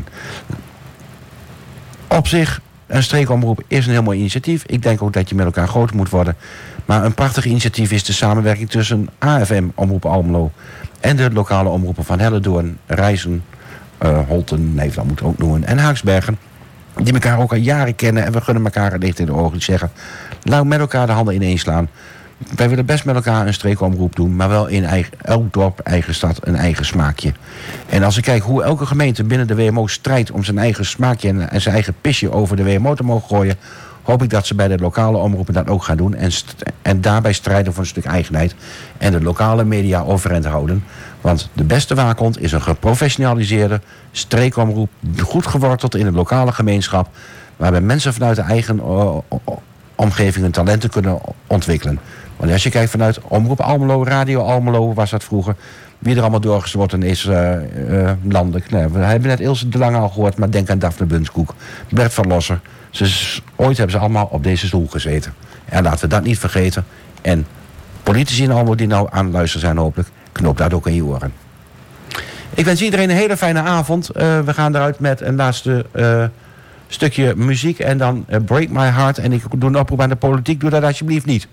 Op zich, een streekomroep is een heel mooi initiatief. Ik denk ook dat je met elkaar groot moet worden. Maar een prachtig initiatief is de samenwerking tussen A F M, Omroep Almelo, en de lokale omroepen van Hellendoorn, Rijssen, uh, Holten, nee, dat moet ik ook noemen, en Haaksbergen. Die elkaar ook al jaren kennen en we gunnen elkaar het licht in de ogen zeggen. Laten we met elkaar de handen ineen slaan. Wij willen best met elkaar een streekomroep doen, maar wel in eigen, elk dorp, eigen stad, een eigen smaakje. En als ik kijk hoe elke gemeente binnen de W M O strijdt om zijn eigen smaakje en, en zijn eigen pisje over de W M O te mogen gooien, hoop ik dat ze bij de lokale omroepen dat ook gaan doen. En, st- en daarbij strijden voor een stuk eigenheid en de lokale media overeind houden. Want de beste waakhond is een geprofessionaliseerde streekomroep, goed geworteld in de lokale gemeenschap, waarbij mensen vanuit de eigen uh, omgeving hun talenten kunnen ontwikkelen. Want als je kijkt vanuit Omroep Almelo, Radio Almelo was dat vroeger, wie er allemaal doorgesloten is uh, uh, landelijk. Nee, we hebben net Ilse de Lange al gehoord, maar denk aan Daphne Bunskoek, Bert van Losser. Ze, ooit hebben ze allemaal op deze stoel gezeten. En laten we dat niet vergeten. En politici in Almelo die nou aan het luisteren zijn hopelijk, knoop dat ook in je oren. Ik wens iedereen een hele fijne avond. Uh, we gaan eruit met een laatste uh, stukje muziek en dan uh, Break My Heart. En ik doe een oproep aan de politiek, doe dat alsjeblieft niet.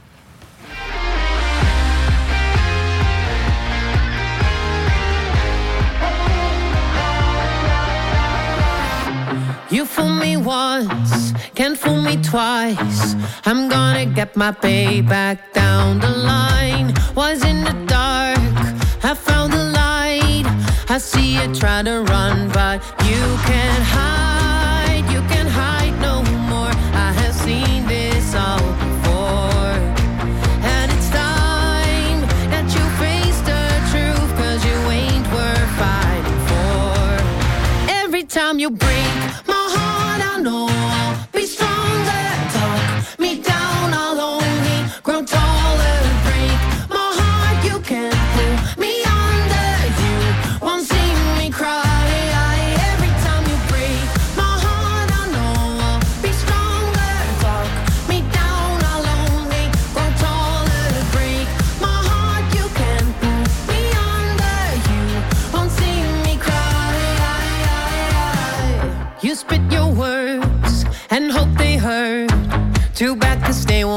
You fool me once, can't fool me twice. I'm gonna get my payback down the line. Was in the dark, I found the light. I see you try to run, but you can't hide. You can't hide no more. I have seen this all before. And it's time that you face the truth, 'cause you ain't worth fighting for. Every time you break know I'll be stronger. Talk me down, I'll only grow taller. Break my heart, you can't pull me under. You won't see me cry. Every time you break my heart, I know I'll be stronger. Talk me down, I'll only grow taller. Break my heart, you can't pull me under. You won't see me cry. You spit your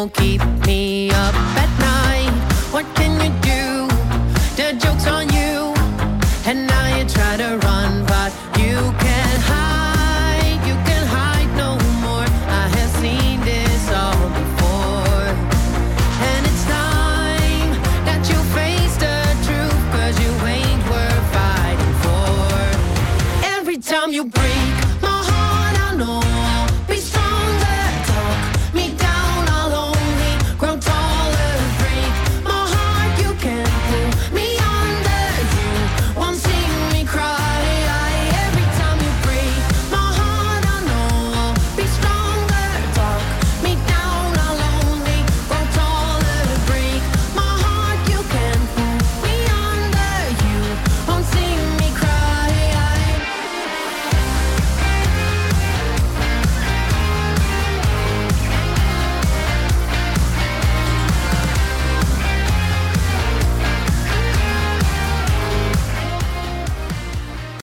won't keep me up at night. What can you do? The joke's on you. And now you try to run, but you can't hide. You can't hide no more. I have seen this all before. And it's time that you face the truth, 'cause you ain't worth fighting for. Every time you break my heart, I know